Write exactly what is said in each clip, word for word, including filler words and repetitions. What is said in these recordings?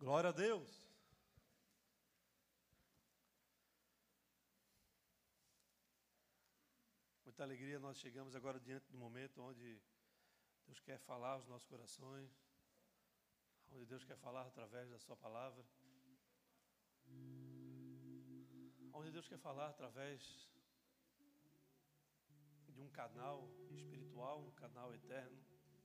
Glória a Deus. Muita alegria, nós chegamos agora diante do momento onde Deus quer falar aos nossos corações, onde Deus quer falar através da sua palavra, onde Deus quer falar através de um canal espiritual, um canal eterno,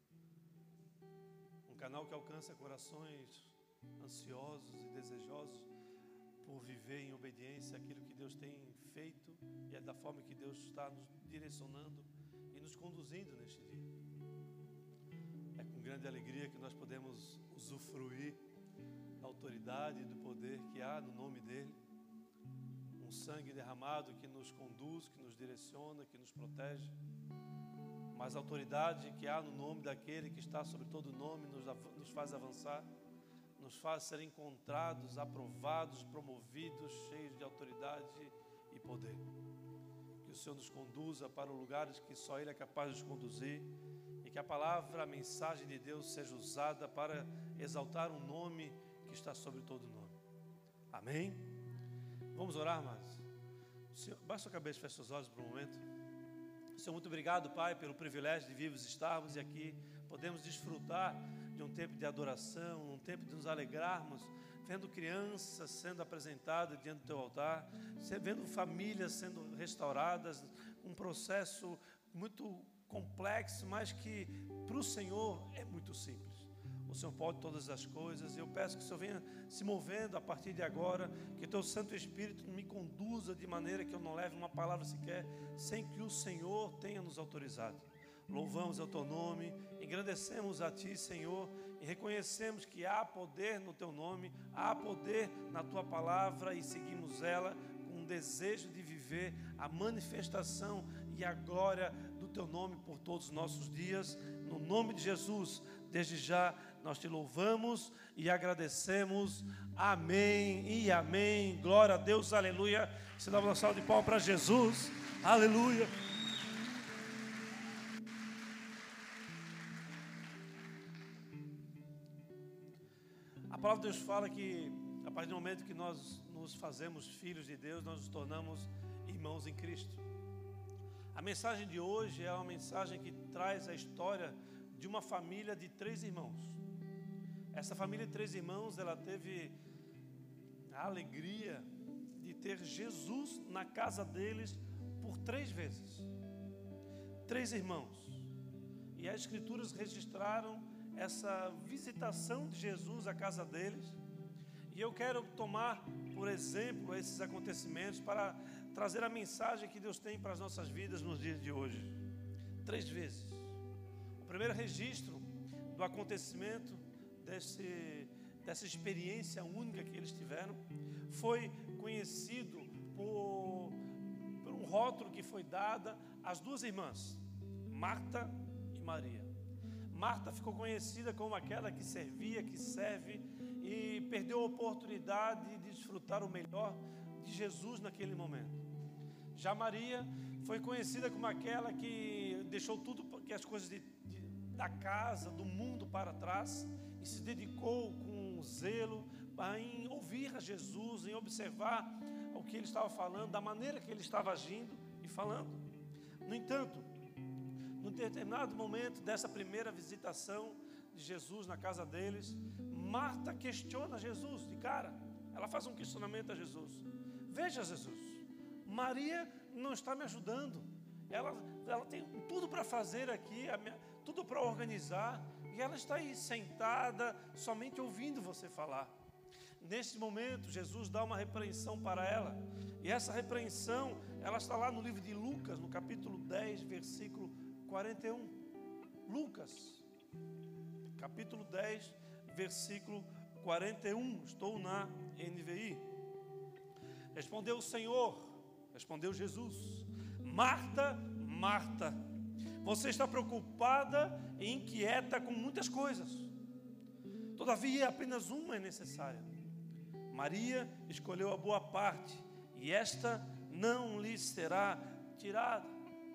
um canal que alcança corações ansiosos e desejosos por viver em obediência àquilo que Deus tem feito e é da forma que Deus está nos direcionando e nos conduzindo neste dia. É com grande alegria que nós podemos usufruir da autoridade e do poder que há no nome dEle, um sangue derramado que nos conduz, que nos direciona, que nos protege, mas a autoridade que há no nome daquele que está sobre todo nome nos, nos faz avançar, nos faz ser encontrados, aprovados, promovidos, cheios de autoridade e poder. Que o Senhor nos conduza para lugares que só Ele é capaz de nos conduzir e que a palavra, a mensagem de Deus seja usada para exaltar um nome que está sobre todo nome. Amém? Vamos orar, mas Senhor, baixa a cabeça e feche seus olhos por um momento. Senhor, muito obrigado, Pai, pelo privilégio de vivos estarmos e aqui podemos desfrutar de um tempo de adoração, um tempo de nos alegrarmos, vendo crianças sendo apresentadas diante do Teu altar, vendo famílias sendo restauradas, um processo muito complexo, mas que para o Senhor é muito simples. O Senhor pode todas as coisas, e eu peço que o Senhor venha se movendo a partir de agora, que o Teu Santo Espírito me conduza de maneira que eu não leve uma palavra sequer, sem que o Senhor tenha nos autorizado. Louvamos o Teu nome, engrandecemos a Ti, Senhor, e reconhecemos que há poder no Teu nome, há poder na Tua palavra, e seguimos ela com um desejo de viver a manifestação e a glória do Teu nome por todos os nossos dias. No nome de Jesus, desde já nós Te louvamos e agradecemos. Amém e amém. Glória a Deus, aleluia. Você dá uma salva de palmas para Jesus, aleluia. A palavra de Deus fala que a partir do momento que nós nos fazemos filhos de Deus, nós nos tornamos irmãos em Cristo. A mensagem de hoje é uma mensagem que traz a história de uma família de três irmãos. Essa família de três irmãos, ela teve a alegria de ter Jesus na casa deles por três vezes. Três irmãos. E as Escrituras registraram essa visitação de Jesus à casa deles. E eu quero tomar por exemplo esses acontecimentos para trazer a mensagem que Deus tem para as nossas vidas nos dias de hoje. Três vezes. O primeiro registro do acontecimento desse, dessa experiência única que eles tiveram foi conhecido por, por um rótulo que foi dado às duas irmãs, Marta e Maria. Marta ficou conhecida como aquela que servia, que serve e perdeu a oportunidade de desfrutar o melhor de Jesus naquele momento. Já Maria foi conhecida como aquela que deixou tudo, que as coisas de, de, da casa, do mundo para trás e se dedicou com zelo em ouvir a Jesus, em observar o que Ele estava falando, da maneira que Ele estava agindo e falando. No entanto, num determinado momento dessa primeira visitação de Jesus na casa deles, Marta questiona Jesus de cara. Ela faz um questionamento a Jesus. Veja, Jesus, Maria não está me ajudando. Ela, ela tem tudo para fazer aqui, tudo para organizar, e ela está aí sentada, somente ouvindo você falar. Nesse momento, Jesus dá uma repreensão para ela. E essa repreensão, ela está lá no livro de Lucas, no capítulo dez, versículo quarenta e um. Lucas, capítulo dez, versículo quarenta e um. Estou na N V I. Respondeu o Senhor, respondeu Jesus: Marta, Marta, você está preocupada e inquieta com muitas coisas. Todavia, apenas uma é necessária. Maria escolheu a boa parte, e esta não lhe será tirada.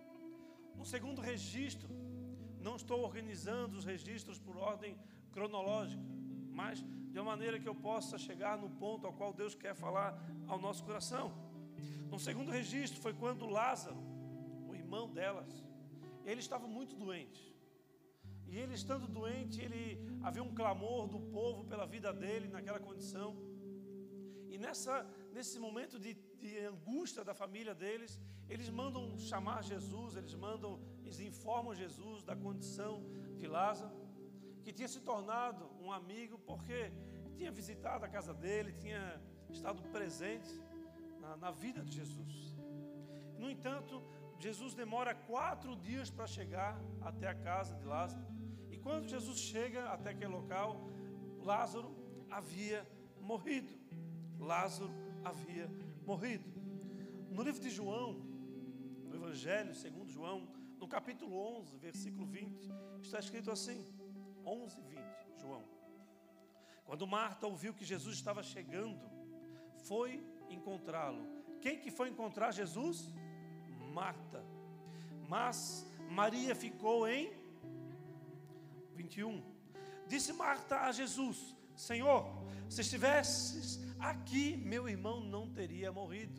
No segundo registro, não estou organizando os registros por ordem cronológica, mas de uma maneira que eu possa chegar no ponto ao qual Deus quer falar ao nosso coração. No segundo registro foi quando Lázaro, o irmão delas, ele estava muito doente. E ele estando doente, ele havia um clamor do povo pela vida dele naquela condição. E nessa, nesse momento de, de angústia da família deles, eles mandam chamar Jesus, eles mandam, eles informam Jesus da condição de Lázaro, que tinha se tornado um amigo porque tinha visitado a casa dele, tinha estado presente na, na vida de Jesus. No entanto, Jesus demora quatro dias para chegar até a casa de Lázaro. E quando Jesus chega até aquele local, Lázaro havia morrido. Lázaro havia morrido. No livro de João, no Evangelho segundo João, no capítulo onze, versículo vinte, está escrito assim, onze, vinte, João. Quando Marta ouviu que Jesus estava chegando, foi encontrá-lo. Quem que foi encontrar Jesus? Marta. Mas Maria ficou em vinte e um. Disse Marta a Jesus: Senhor, se estivesses aqui, meu irmão não teria morrido.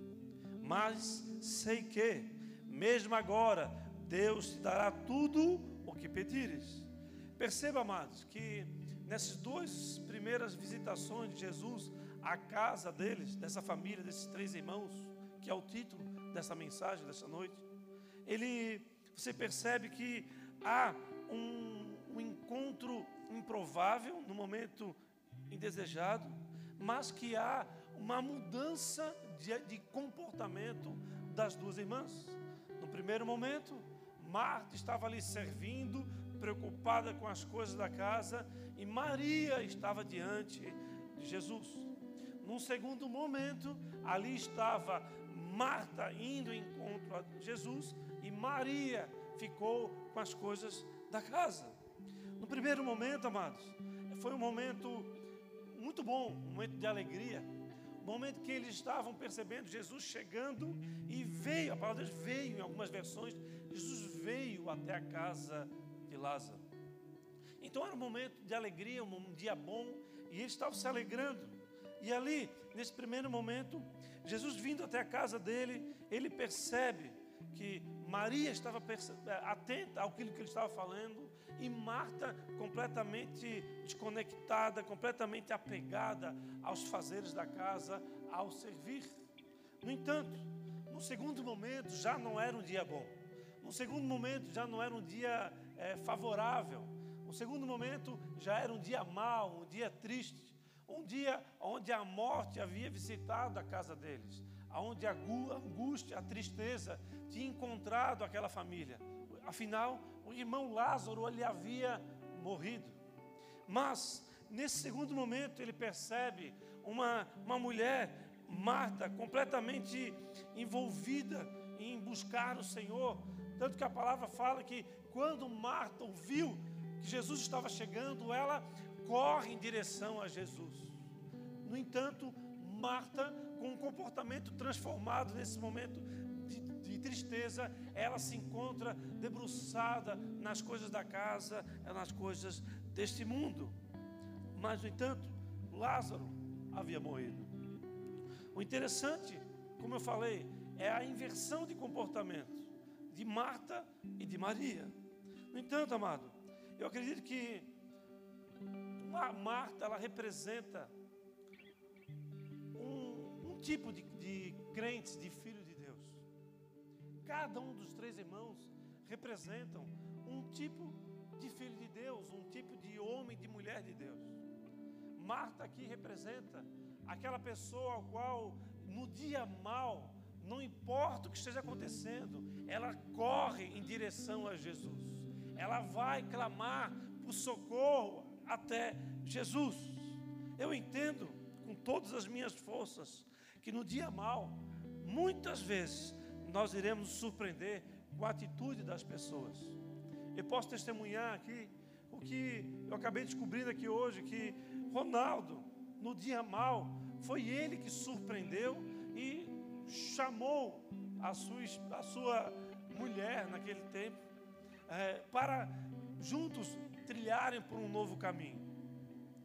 Mas sei que, mesmo agora, Deus te dará tudo o que pedires. Perceba, amados, que nessas duas primeiras visitações de Jesus à casa deles, dessa família, desses três irmãos, que é o título dessa mensagem, dessa noite, ele, você percebe que há um, um encontro improvável, no momento indesejado, mas que há uma mudança de, de comportamento das duas irmãs. No primeiro momento, Marta estava ali servindo, preocupada com as coisas da casa, e Maria estava diante de Jesus. Num segundo momento, ali estava Marta indo em encontro a Jesus, e Maria ficou com as coisas da casa. No primeiro momento, amados, foi um momento muito bom, um momento de alegria, um momento que eles estavam percebendo Jesus chegando, e veio, a palavra de Deus veio em algumas versões, Jesus veio até a casa de Lázaro. Então era um momento de alegria, um dia bom, e eles estavam se alegrando. E ali, nesse primeiro momento, Jesus vindo até a casa dele, ele percebe que Maria estava atenta àquilo que ele estava falando, e Marta completamente desconectada, completamente apegada aos fazeres da casa, ao servir. No entanto, no segundo momento já não era um dia bom. No segundo momento já não era um dia é, favorável. No segundo momento já era um dia mau, um dia triste. Um dia onde a morte havia visitado a casa deles, onde a angústia, a tristeza tinha encontrado aquela família. Afinal, o irmão Lázaro, ele havia morrido. Mas, nesse segundo momento, ele percebe uma, uma mulher, Marta, completamente envolvida em buscar o Senhor. Tanto que a palavra fala que quando Marta ouviu que Jesus estava chegando, ela corre em direção a Jesus. No entanto, Marta, com um comportamento transformado nesse momento de, de tristeza, ela se encontra debruçada nas coisas da casa, nas coisas deste mundo. Mas, no entanto, Lázaro havia morrido. O interessante, como eu falei, é a inversão de comportamento de Marta e de Maria. No entanto, amado, eu acredito que a Marta, ela representa um, um tipo de, de crentes, de filhos de Deus. Cada um dos três irmãos representam um tipo de filho de Deus, um tipo de homem, de mulher de Deus. Marta aqui representa aquela pessoa ao qual, no dia mau, não importa o que esteja acontecendo, ela corre em direção a Jesus. Ela vai clamar por socorro até Jesus. Eu entendo com todas as minhas forças que no dia mau, muitas vezes, nós iremos nos surpreender com a atitude das pessoas. Eu posso testemunhar aqui o que eu acabei descobrindo aqui hoje, que Ronaldo, no dia mau, foi ele que surpreendeu e chamou a sua, a sua mulher naquele tempo é, para juntos trilharem por um novo caminho.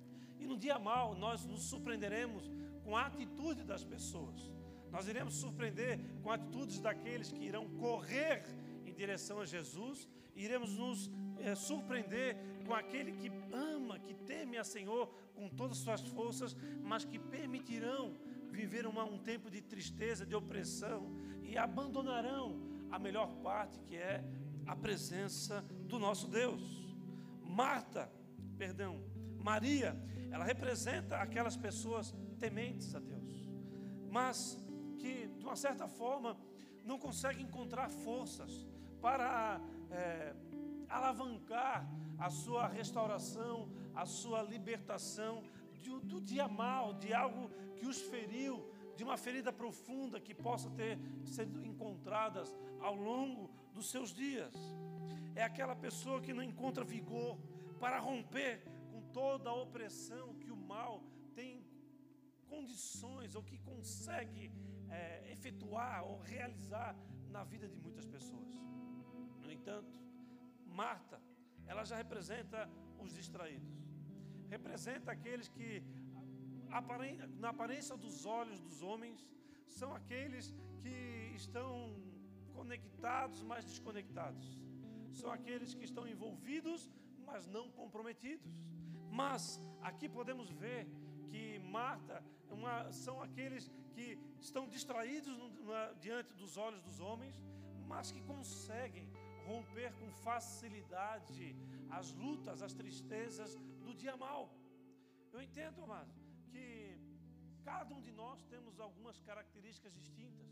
E no dia mau, nós nos surpreenderemos com a atitude das pessoas. Nós iremos surpreender com atitudes daqueles que irão correr em direção a Jesus. E iremos nos é, surpreender com aquele que ama, que teme a Senhor com todas as suas forças, mas que permitirão viver uma, um tempo de tristeza, de opressão, e abandonarão a melhor parte, que é a presença do nosso Deus. Marta, perdão, Maria, ela representa aquelas pessoas tementes a Deus, mas que, de uma certa forma, não conseguem encontrar forças para é, alavancar a sua restauração, a sua libertação do, do dia mal, de algo que os feriu, de uma ferida profunda que possa ter sido encontradas ao longo dos seus dias. É aquela pessoa que não encontra vigor para romper com toda a opressão que o mal tem condições, ou que consegue é, efetuar ou realizar na vida de muitas pessoas. No entanto, Marta, ela já representa os distraídos, representa aqueles que, na aparência dos olhos dos homens, são aqueles que estão conectados, mas desconectados, são aqueles que estão envolvidos, mas não comprometidos. Mas aqui podemos ver que Marta uma, são aqueles que estão distraídos no, na, diante dos olhos dos homens, mas que conseguem romper com facilidade as lutas, as tristezas do dia mau. Eu entendo, amado, que cada um de nós temos algumas características distintas.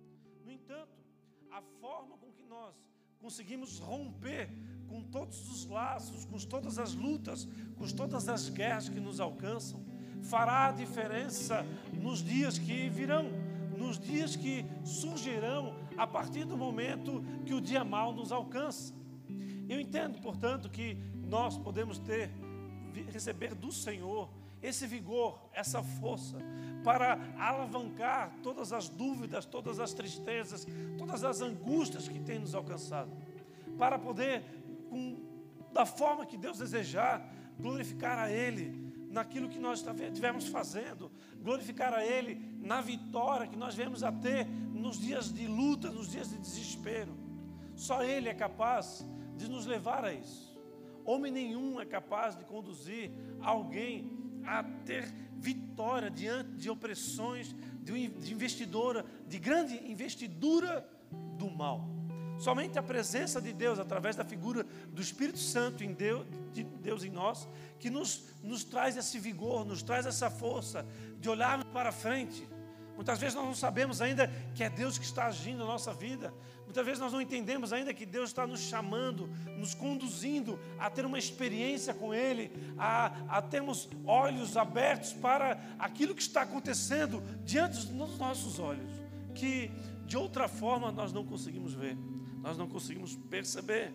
No entanto, a forma com que nós conseguimos romper com todos os laços, com todas as lutas, com todas as guerras que nos alcançam, fará a diferença nos dias que virão, nos dias que surgirão a partir do momento que o dia mau nos alcança. Eu entendo, portanto, que nós podemos ter, receber do Senhor esse vigor, essa força, para alavancar todas as dúvidas, todas as tristezas, todas as angústias que tem nos alcançado, para poder, com, da forma que Deus desejar, glorificar a Ele naquilo que nós estivermos fazendo, glorificar a Ele na vitória que nós viemos a ter nos dias de luta, nos dias de desespero. Só Ele é capaz de nos levar a isso. Homem nenhum é capaz de conduzir alguém a ter vitória diante de opressões, de investidora, de grande investidura do mal. Somente a presença de Deus, através da figura do Espírito Santo em Deus, de Deus em nós, que nos, nos traz esse vigor, nos traz essa força de olharmos para frente. Muitas vezes nós não sabemos ainda que é Deus que está agindo na nossa vida. Muitas vezes nós não entendemos ainda que Deus está nos chamando, nos conduzindo a ter uma experiência com Ele, a, a termos olhos abertos para aquilo que está acontecendo diante dos nossos olhos, que de outra forma nós não conseguimos ver, nós não conseguimos perceber.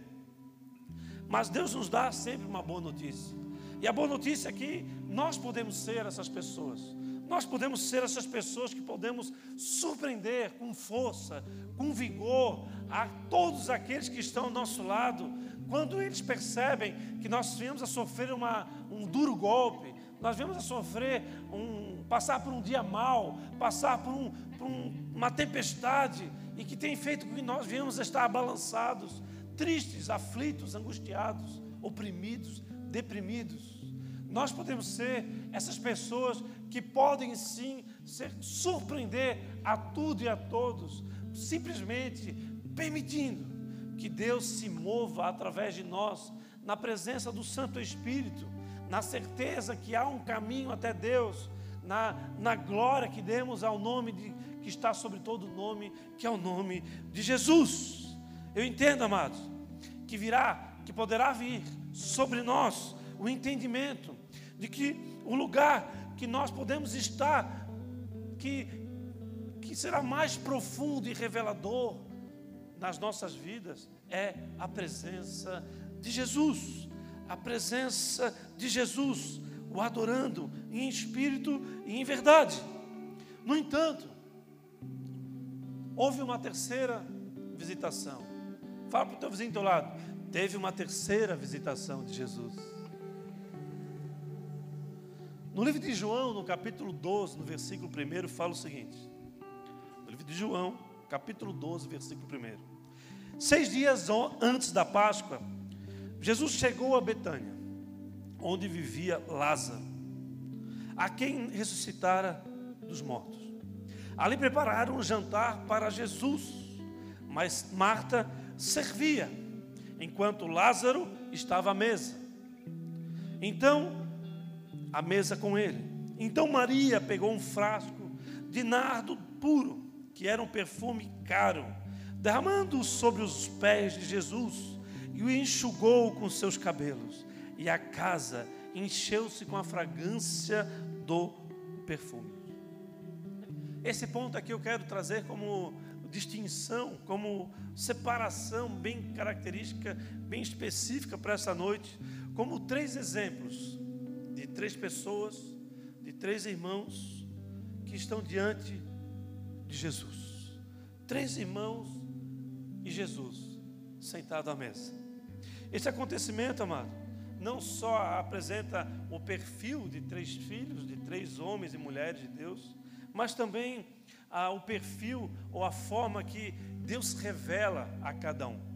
Mas Deus nos dá sempre uma boa notícia. E a boa notícia é que nós podemos ser essas pessoas. Nós podemos ser essas pessoas que podemos surpreender com força, com vigor, a todos aqueles que estão ao nosso lado, quando eles percebem que nós viemos a sofrer uma, um duro golpe, nós viemos a sofrer, um, passar por um dia mau, passar por, um, por um, uma tempestade, e que tem feito com que nós viemos a estar balançados, tristes, aflitos, angustiados, oprimidos, deprimidos. Nós podemos ser essas pessoas que podem sim ser, surpreender a tudo e a todos, simplesmente permitindo que Deus se mova através de nós, na presença do Santo Espírito, na certeza que há um caminho até Deus, na, na glória que demos ao nome de, que está sobre todo nome, que é o nome de Jesus. Eu entendo, amados, que virá, que poderá vir sobre nós o entendimento de que o lugar que nós podemos estar, que, que será mais profundo e revelador nas nossas vidas, é a presença de Jesus, a presença de Jesus, o adorando em espírito e em verdade. No entanto, houve uma terceira visitação. Fala para o teu vizinho do teu lado, teve uma terceira visitação de Jesus. No livro de João, no capítulo doze, no versículo primeiro, fala o seguinte. No livro de João, capítulo doze, versículo primeiro. Seis dias antes da Páscoa, Jesus chegou a Betânia, onde vivia Lázaro, a quem ressuscitara dos mortos. Ali prepararam um jantar para Jesus, mas Marta servia, enquanto Lázaro estava à mesa. Então, à mesa com ele. Então Maria pegou um frasco de nardo puro, que era um perfume caro, derramando-o sobre os pés de Jesus, e o enxugou com seus cabelos. E a casa encheu-se com a fragrância do perfume. Esse ponto aqui eu quero trazer como distinção, como separação bem característica, bem específica para essa noite, como três exemplos de três pessoas, de três irmãos que estão diante de Jesus. Três irmãos e Jesus sentado à mesa. Esse acontecimento, amado, não só apresenta o perfil de três filhos, de três homens e mulheres de Deus, mas também ah, o perfil ou a forma que Deus revela a cada um.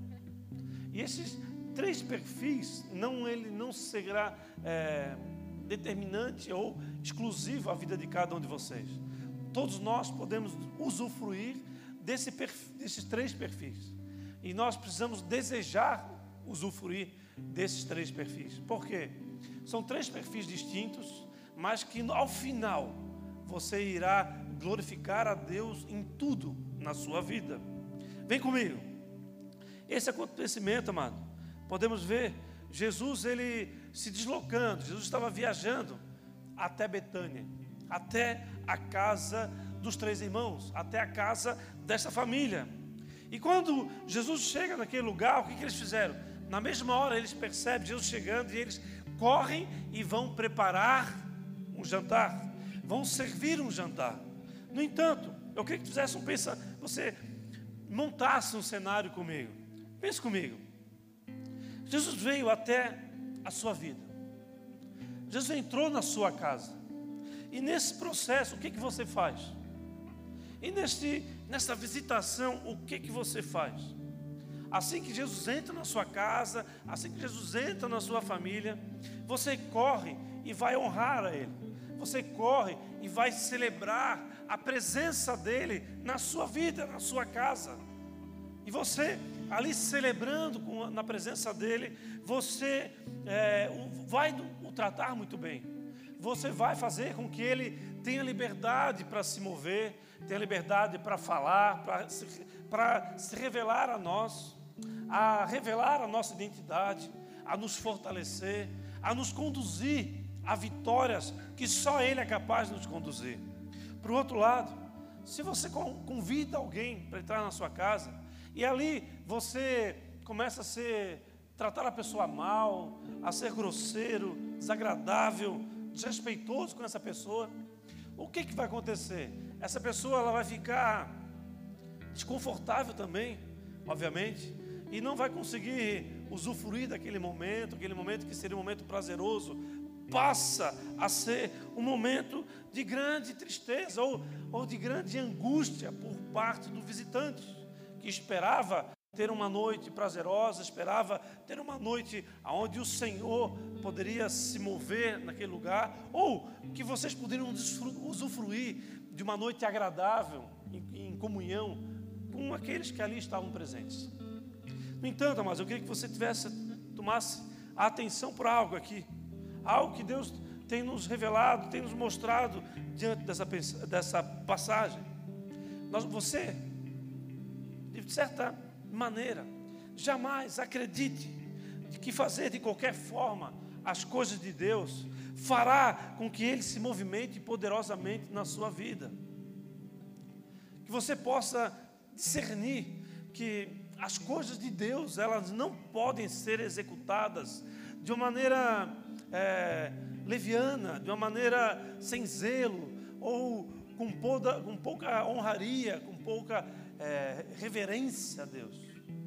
E esses três perfis, não, ele não será é, determinante ou exclusivo à vida de cada um de vocês. Todos nós podemos usufruir desse perfil, desses três perfis. E nós precisamos desejar usufruir desses três perfis. Por quê? São três perfis distintos, mas que ao final você irá glorificar a Deus em tudo na sua vida. Vem comigo. Esse acontecimento, amado, podemos ver Jesus ele se deslocando. Jesus estava viajando até Betânia, até a casa dos três irmãos, até a casa dessa família. E quando Jesus chega naquele lugar, o que, que eles fizeram? Na mesma hora eles percebem Jesus chegando e eles correm e vão preparar um jantar, vão servir um jantar. No entanto, eu queria que fizesse um pensa, você montasse um cenário comigo. Pense comigo. Jesus veio até a sua vida. Jesus entrou na sua casa. E nesse processo, o que, que você faz? E nesse, nessa visitação, o que, que você faz? Assim que Jesus entra na sua casa, assim que Jesus entra na sua família, você corre e vai honrar a Ele. Você corre e vai celebrar a presença dEle na sua vida, na sua casa. E você, ali celebrando com, na presença dEle, você é, o, vai o, o tratar muito bem. Você vai fazer com que Ele tenha liberdade para se mover, tenha liberdade para falar, para se, para se revelar a nós, a revelar a nossa identidade, a nos fortalecer, a nos conduzir a vitórias que só Ele é capaz de nos conduzir. Por outro lado, se você convida alguém para entrar na sua casa, e ali você começa a ser, tratar a pessoa mal, a ser grosseiro, desagradável, desrespeitoso com essa pessoa, o que, que vai acontecer? Essa pessoa ela vai ficar desconfortável também, obviamente, e não vai conseguir usufruir daquele momento, aquele momento que seria um momento prazeroso, passa a ser um momento de grande tristeza ou, ou de grande angústia por parte do visitante, que esperava ter uma noite prazerosa, esperava ter uma noite onde o Senhor poderia se mover naquele lugar, ou que vocês poderiam usufruir de uma noite agradável, em, em comunhão com aqueles que ali estavam presentes. No entanto, amados, eu queria que você tivesse, tomasse a atenção por algo aqui, algo que Deus tem nos revelado, tem nos mostrado diante dessa, dessa passagem. Nós, você, de certa maneira, jamais acredite que fazer de qualquer forma as coisas de Deus fará com que Ele se movimente poderosamente na sua vida. Que você possa discernir que as coisas de Deus, elas não podem ser executadas de uma maneira é, leviana, de uma maneira sem zelo, ou com, poda, com pouca honraria, com pouca é, reverência a Deus. E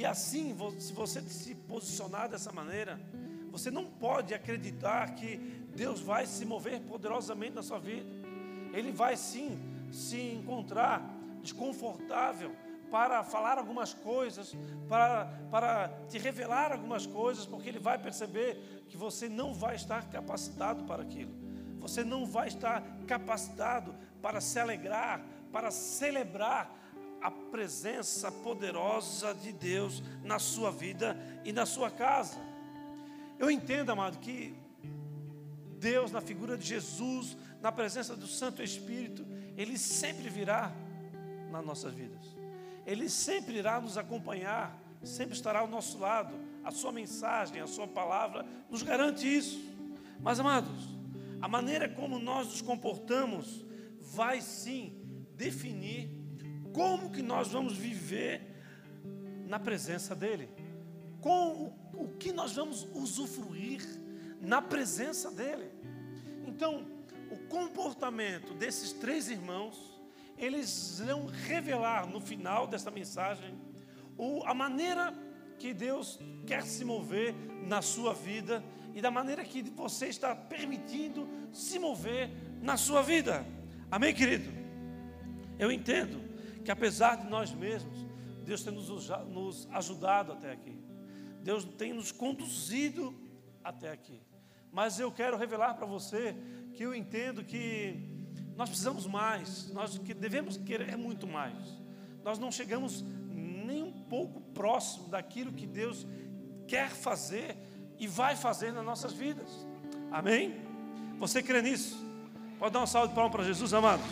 E assim, se você se posicionar dessa maneira, você não pode acreditar que Deus vai se mover poderosamente na sua vida. Ele vai sim se encontrar desconfortável para falar algumas coisas, para, para te revelar algumas coisas, porque Ele vai perceber que você não vai estar capacitado para aquilo. Você não vai estar capacitado para se alegrar, para celebrar a presença poderosa de Deus na sua vida e na sua casa. Eu entendo, amado, que Deus, na figura de Jesus, na presença do Santo Espírito, Ele sempre virá nas nossas vidas. Ele sempre irá nos acompanhar, sempre estará ao nosso lado. A sua mensagem, a sua palavra nos garante isso. Mas, amados, a maneira como nós nos comportamos vai sim definir como que nós vamos viver na presença dEle. Com o que nós vamos usufruir na presença dEle. Então, o comportamento desses três irmãos, eles vão revelar no final dessa mensagem o, a maneira que Deus quer se mover na sua vida e da maneira que você está permitindo se mover na sua vida. Amém, querido? Eu entendo que apesar de nós mesmos, Deus tem nos, nos ajudado até aqui. Deus tem nos conduzido até aqui. Mas eu quero revelar para você que eu entendo que nós precisamos mais, nós que devemos querer muito mais. Nós não chegamos nem um pouco próximo daquilo que Deus quer fazer e vai fazer nas nossas vidas. Amém? Você crê nisso? Pode dar um salve de palmas para Jesus, amado?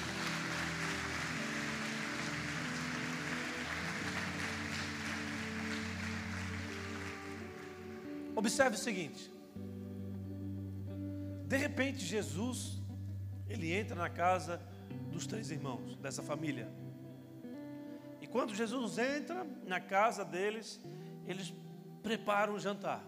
Observe o seguinte. De repente, Jesus, ele entra na casa dos três irmãos, dessa família. E quando Jesus entra na casa deles, eles preparam um jantar.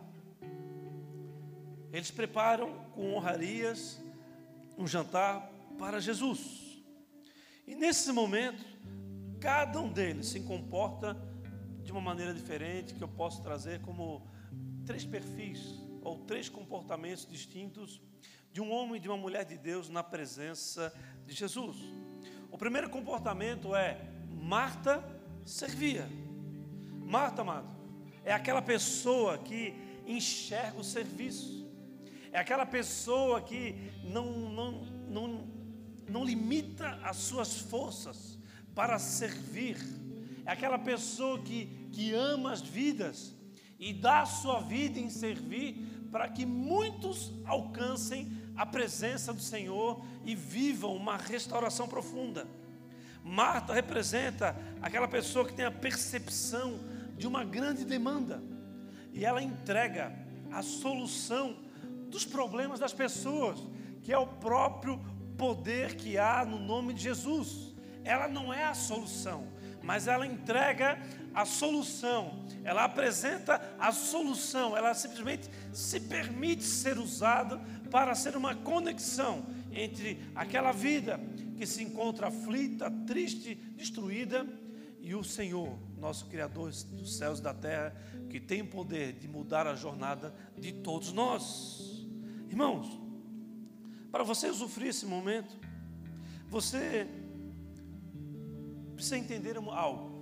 Eles preparam com honrarias um jantar para Jesus. E nesse momento, cada um deles se comporta de uma maneira diferente, que eu posso trazer como três perfis ou três comportamentos distintos de um homem e de uma mulher de Deus na presença de Jesus. O primeiro comportamento é: Marta servia. Marta, amado, é aquela pessoa que enxerga o serviço. É aquela pessoa que não, não, não, não limita as suas forças para servir. É aquela pessoa que, que ama as vidas e dá a sua vida em servir para que muitos alcancem a presença do Senhor e vivam uma restauração profunda. Marta representa aquela pessoa que tem a percepção de uma grande demanda e ela entrega a solução dos problemas das pessoas, que é o próprio poder que há no nome de Jesus. Ela não é a solução, mas ela entrega a solução, ela apresenta a solução, ela simplesmente se permite ser usada para ser uma conexão entre aquela vida que se encontra aflita, triste, destruída, e o Senhor, nosso Criador dos céus e da terra, que tem o poder de mudar a jornada de todos nós. Irmãos, para você usufruir esse momento, você precisa entender algo.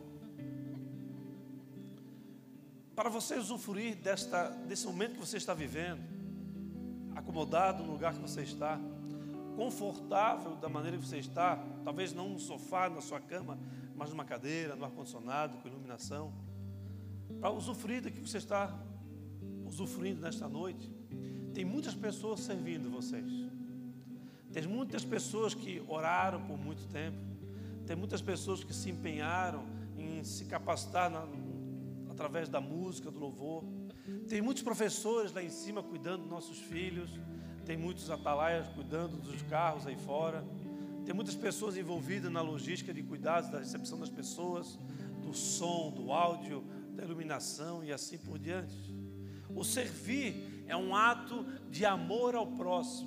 Para você usufruir desta, desse momento que você está vivendo, acomodado no lugar que você está, confortável da maneira que você está, talvez não no sofá, na sua cama, mas numa cadeira, no ar-condicionado, com iluminação, para usufruir do que você está usufruindo nesta noite, tem muitas pessoas servindo vocês. Tem muitas pessoas que oraram por muito tempo. Tem muitas pessoas que se empenharam em se capacitar na, através da música, do louvor. Tem muitos professores lá em cima cuidando dos nossos filhos. Tem muitos atalaias cuidando dos carros aí fora. Tem muitas pessoas envolvidas na logística de cuidados da recepção das pessoas, do som, do áudio, da iluminação e assim por diante. O servir é um ato de amor ao próximo. O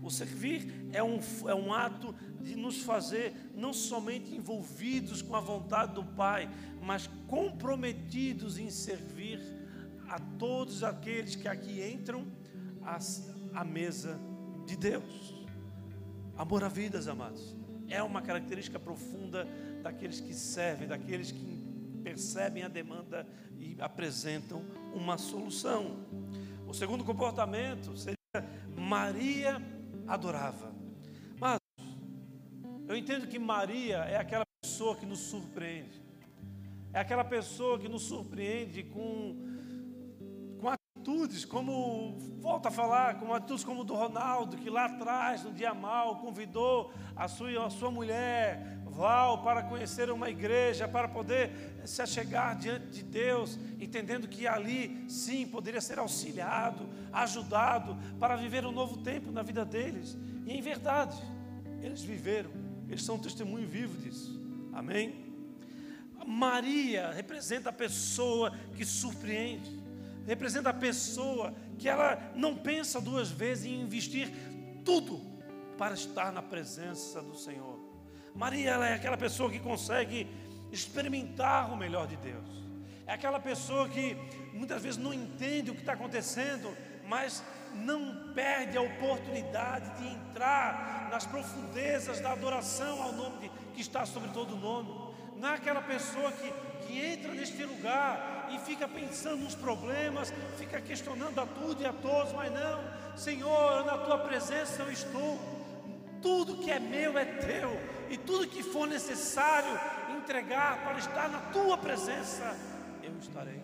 O servir é um, é um ato de nos fazer não somente envolvidos com a vontade do Pai, mas comprometidos em servir a todos aqueles que aqui entram à mesa de Deus. Amor a vidas, amados, é uma característica profunda daqueles que servem, daqueles que percebem a demanda e apresentam uma solução. O segundo comportamento seria: Maria adorava. Mas eu entendo que Maria é aquela pessoa que nos surpreende. É aquela pessoa que nos surpreende com, com atitudes, como, volta a falar, com atitudes como do Ronaldo, que lá atrás, no dia mau, convidou a sua, a sua mulher, Val, para conhecer uma igreja, para poder se achegar diante de Deus, entendendo que ali, sim, poderia ser auxiliado, ajudado, para viver um novo tempo na vida deles. E em verdade, eles viveram, eles são um testemunho vivo disso. Amém? Maria representa a pessoa que surpreende, representa a pessoa que ela não pensa duas vezes em investir tudo para estar na presença do Senhor. Maria, ela é aquela pessoa que consegue experimentar o melhor de Deus. É aquela pessoa que muitas vezes não entende o que está acontecendo, mas não perde a oportunidade de entrar nas profundezas da adoração ao nome de, que está sobre todo o nome. Não é aquela pessoa que, que entra neste lugar e fica pensando nos problemas, fica questionando a tudo e a todos, mas não, Senhor, na Tua presença eu estou. Tudo que é meu é Teu, e tudo que for necessário entregar para estar na Tua presença, eu estarei.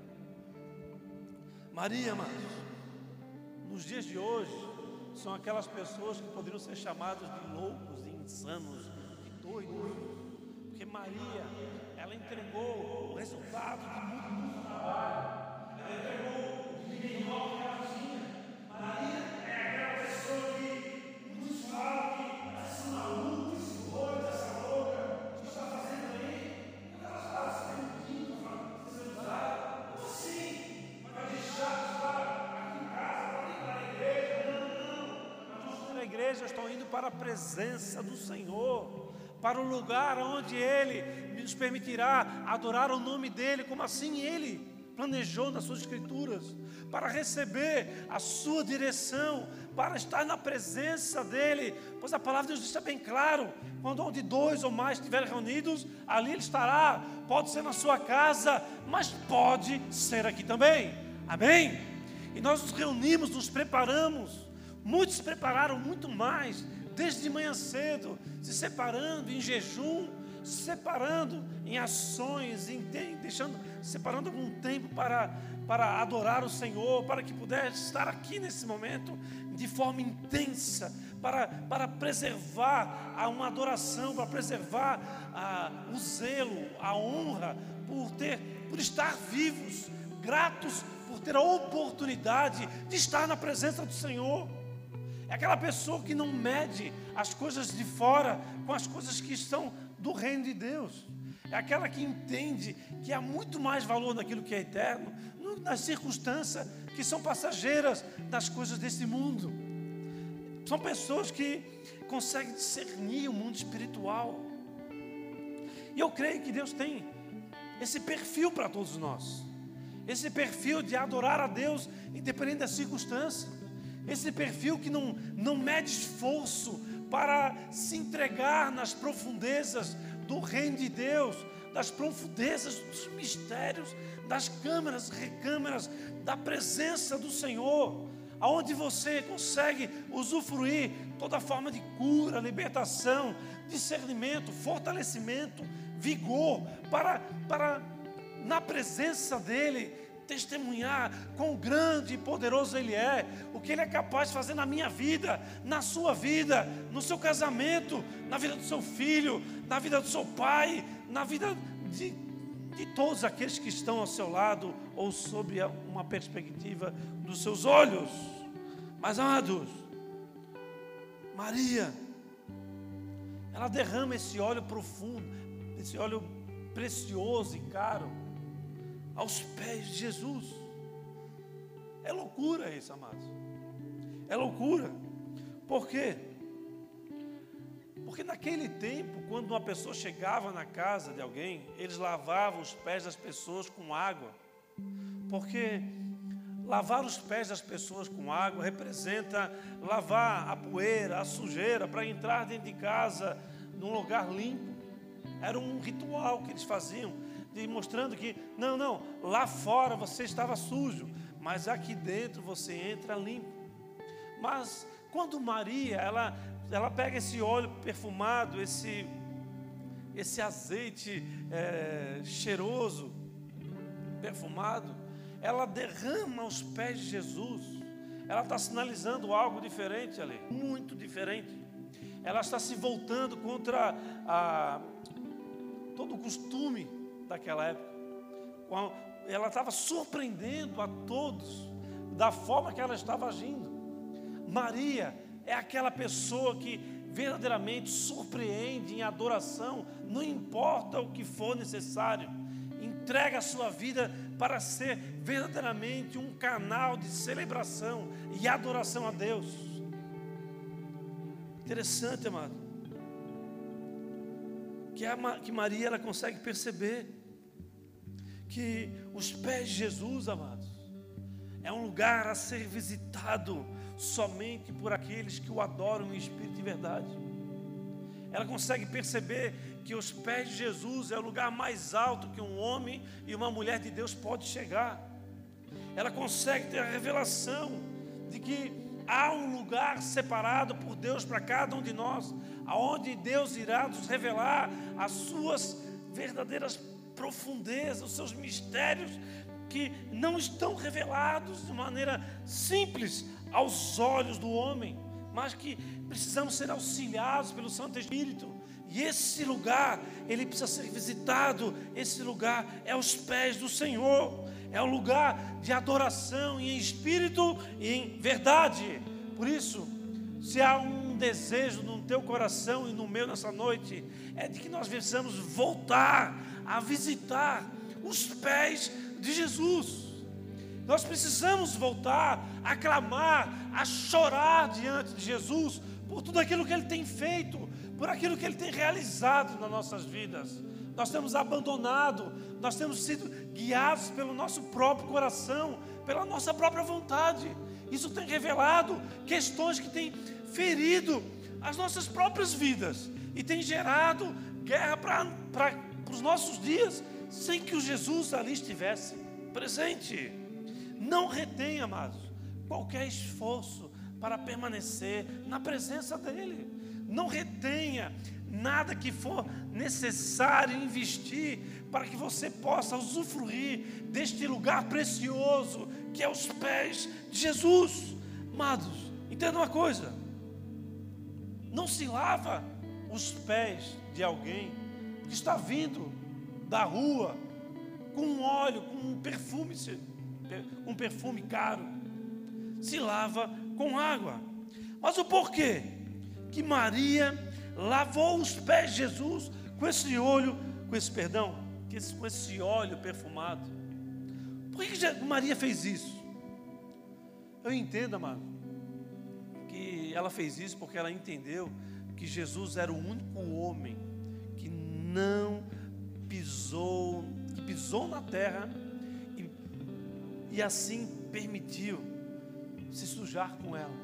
Maria, amados, nos dias de hoje, são aquelas pessoas que poderiam ser chamadas de loucos, de insanos, de doidos, porque Maria, ela entregou o resultado de muito trabalho, ela entregou o melhor que ela tinha. Maria é aquela pessoa que muitos falam que essa maluca, esse doido, essa louca, o que está fazendo aí? Ela está se permitindo, sendo usada. Como assim? Vai deixar de estar aqui em casa para ir para a igreja? Não, não. Nós estamos na igreja, estou indo para a presença do Senhor, para o lugar onde Ele nos permitirá adorar o nome dEle, como assim Ele planejou nas suas escrituras, para receber a sua direção, para estar na presença dEle, pois a palavra de Deus deixa bem claro, quando onde dois ou mais estiverem reunidos, ali Ele estará. Pode ser na sua casa, mas pode ser aqui também, amém? E nós nos reunimos, nos preparamos, muitos se prepararam muito mais, desde de manhã cedo, se separando em jejum, se separando em ações, em, deixando, separando algum tempo para, para adorar o Senhor, para que pudesse estar aqui nesse momento de forma intensa, para, para preservar a uma adoração, para preservar a, o zelo, a honra, por, ter, por estar vivos, gratos por ter a oportunidade de estar na presença do Senhor. É aquela pessoa que não mede as coisas de fora com as coisas que estão do reino de Deus. É aquela que entende que há muito mais valor naquilo que é eterno, nas circunstâncias que são passageiras das coisas desse mundo. São pessoas que conseguem discernir o mundo espiritual. E eu creio que Deus tem esse perfil para todos nós. Esse perfil de adorar a Deus independente da circunstância. Esse perfil que não, não mede esforço para se entregar nas profundezas do reino de Deus, das profundezas dos mistérios, das câmaras, recâmaras, da presença do Senhor, aonde você consegue usufruir toda forma de cura, libertação, discernimento, fortalecimento, vigor, para, para na presença dEle, testemunhar quão grande e poderoso Ele é, o que Ele é capaz de fazer na minha vida, na sua vida, no seu casamento, na vida do seu filho, na vida do seu pai, na vida de, de todos aqueles que estão ao seu lado ou sob uma perspectiva dos seus olhos. Mas, amados, Maria, ela derrama esse óleo profundo, esse óleo precioso e caro aos pés de Jesus. É loucura isso, amados. É loucura. Por quê? Porque naquele tempo, quando uma pessoa chegava na casa de alguém, eles lavavam os pés das pessoas com água. Porque lavar os pés das pessoas com água representa lavar a poeira, a sujeira, para entrar dentro de casa, num lugar limpo. Era um ritual que eles faziam, mostrando que, não, não, lá fora você estava sujo, mas aqui dentro você entra limpo. Mas quando Maria, ela, ela pega esse óleo perfumado, esse, esse azeite é, cheiroso, perfumado, ela derrama aos pés de Jesus. Ela está sinalizando algo diferente ali, muito diferente. Ela está se voltando contra a, todo o costume daquela época. Ela estava surpreendendo a todos da forma que ela estava agindo. Maria é aquela pessoa que verdadeiramente surpreende em adoração, não importa o que for necessário, entrega a sua vida para ser verdadeiramente um canal de celebração e adoração a Deus. Interessante, amado, que, a, que Maria ela consegue perceber que os pés de Jesus, amados, é um lugar a ser visitado somente por aqueles que o adoram em espírito e verdade. Ela consegue perceber que os pés de Jesus é o lugar mais alto que um homem e uma mulher de Deus pode chegar. Ela consegue ter a revelação de que há um lugar separado por Deus para cada um de nós, aonde Deus irá nos revelar as suas verdadeiras profundezas, os seus mistérios que não estão revelados de maneira simples aos olhos do homem, mas que precisamos ser auxiliados pelo Santo Espírito. E esse lugar, ele precisa ser visitado. Esse lugar é os pés do Senhor, é um lugar de adoração em espírito e em verdade. Por isso, se há um desejo no teu coração e no meu nessa noite, é de que nós precisamos voltar a visitar os pés de Jesus. Nós precisamos voltar a clamar, a chorar diante de Jesus por tudo aquilo que Ele tem feito, por aquilo que Ele tem realizado nas nossas vidas. Nós temos abandonado, nós temos sido guiados pelo nosso próprio coração, pela nossa própria vontade. Isso tem revelado questões que têm ferido as nossas próprias vidas e tem gerado guerra para os nossos dias, sem que o Jesus ali estivesse presente. Não retém, amados, qualquer esforço para permanecer na presença dEle. Não retenha nada que for necessário investir para que você possa usufruir deste lugar precioso que é os pés de Jesus. Amados, entenda uma coisa: não se lava os pés de alguém que está vindo da rua com um óleo, com um perfume, um perfume caro. Se lava com água. Mas o porquê que Maria lavou os pés de Jesus com esse óleo, com esse perdão, com esse óleo perfumado? Por que que Maria fez isso? Eu entendo, amado, que ela fez isso porque ela entendeu que Jesus era o único homem que não pisou, que pisou na terra e, e assim permitiu se sujar com ela.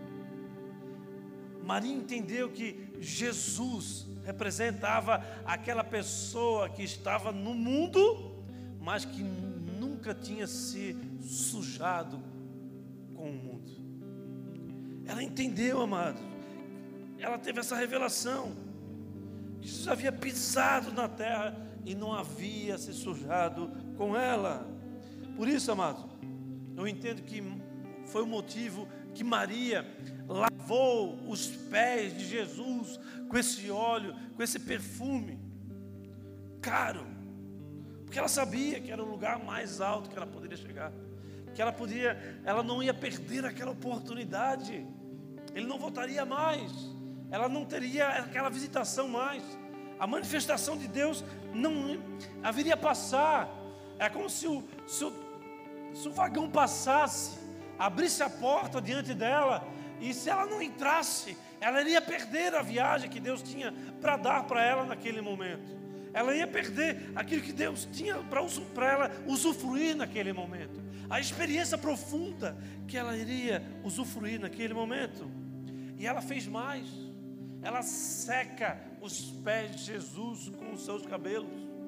Maria entendeu que Jesus representava aquela pessoa que estava no mundo, mas que nunca tinha se sujado com o mundo. Ela entendeu, amado, ela teve essa revelação. Jesus havia pisado na terra e não havia se sujado com ela. Por isso, amado, eu entendo que foi o motivo que Maria lavou os pés de Jesus com esse óleo, com esse perfume caro, porque ela sabia que era o lugar mais alto que ela poderia chegar, que ela podia, ela não ia perder aquela oportunidade, ele não voltaria mais, ela não teria aquela visitação mais, a manifestação de Deus não haveria passar. É como se o, se o, se o vagão passasse, abrisse a porta diante dela E se ela não entrasse, ela iria perder a viagem que Deus tinha para dar para ela naquele momento. Ela ia perder aquilo que Deus tinha para ela usufruir naquele momento. A experiência profunda que ela iria usufruir naquele momento. E ela fez mais. Ela seca os pés de Jesus com os seus cabelos.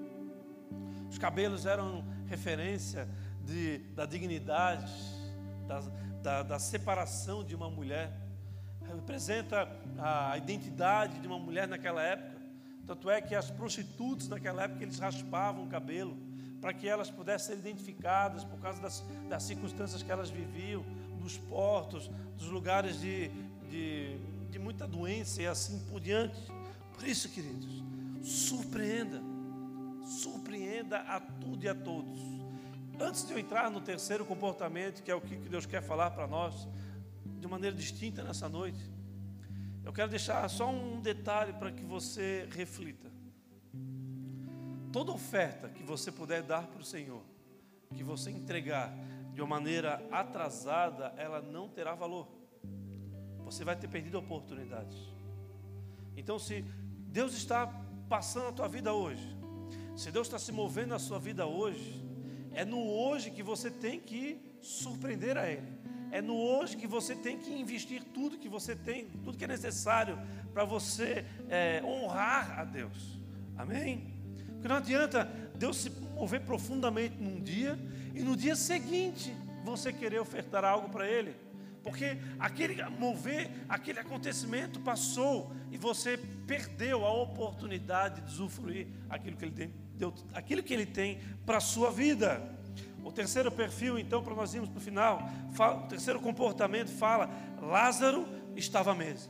Os cabelos eram referência de, da dignidade, da, da, da separação de uma mulher. Representa a identidade de uma mulher naquela época. Tanto é que as prostitutas naquela época, eles raspavam o cabelo para que elas pudessem ser identificadas por causa das, das circunstâncias que elas viviam, dos portos, dos lugares de, de, de muita doença e assim por diante. Por isso, queridos, surpreenda, surpreenda a tudo e a todos. Antes de eu entrar no terceiro comportamento, que é o que Deus quer falar para nós, de maneira distinta nessa noite, eu quero deixar só um detalhe para que você reflita. Toda oferta que você puder dar para o Senhor, que você entregar de uma maneira atrasada, ela não terá valor. Você vai ter perdido oportunidades. Então, se Deus está passando a tua vida hoje, se Deus está se movendo na sua vida hoje, é no hoje que você tem que surpreender a Ele. É no hoje que você tem que investir tudo que você tem, tudo que é necessário para você é, honrar a Deus. Amém? Porque não adianta Deus se mover profundamente num dia e no dia seguinte você querer ofertar algo para Ele. Porque aquele mover, aquele acontecimento passou e você perdeu a oportunidade de usufruir aquilo que Ele tem, deu, aquilo que Ele tem para a sua vida. O terceiro perfil, então, para nós irmos para o final, fala, o terceiro comportamento fala, Lázaro estava à mesa.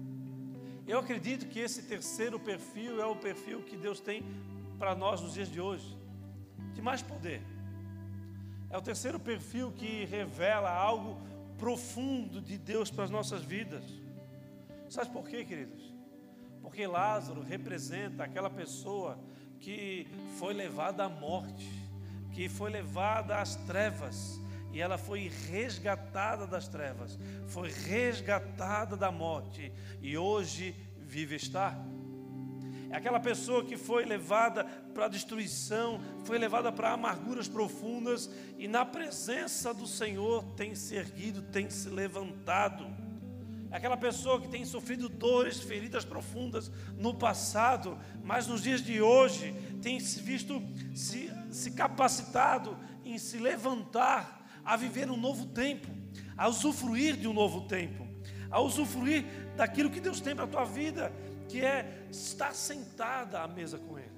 Eu acredito que esse terceiro perfil é o perfil que Deus tem para nós nos dias de hoje, de mais poder. É o terceiro perfil que revela algo profundo de Deus para as nossas vidas. Sabe por quê, queridos? Porque Lázaro representa aquela pessoa que foi levada à morte, que foi levada às trevas, e ela foi resgatada das trevas, foi resgatada da morte, e hoje vive está. É aquela pessoa que foi levada para a destruição, foi levada para amarguras profundas, e na presença do Senhor tem se erguido, tem se levantado. É aquela pessoa que tem sofrido dores, feridas profundas no passado, mas nos dias de hoje tem se visto se, se capacitado em se levantar, a viver um novo tempo, a usufruir de um novo tempo, a usufruir daquilo que Deus tem para a tua vida, que é estar sentada à mesa com Ele.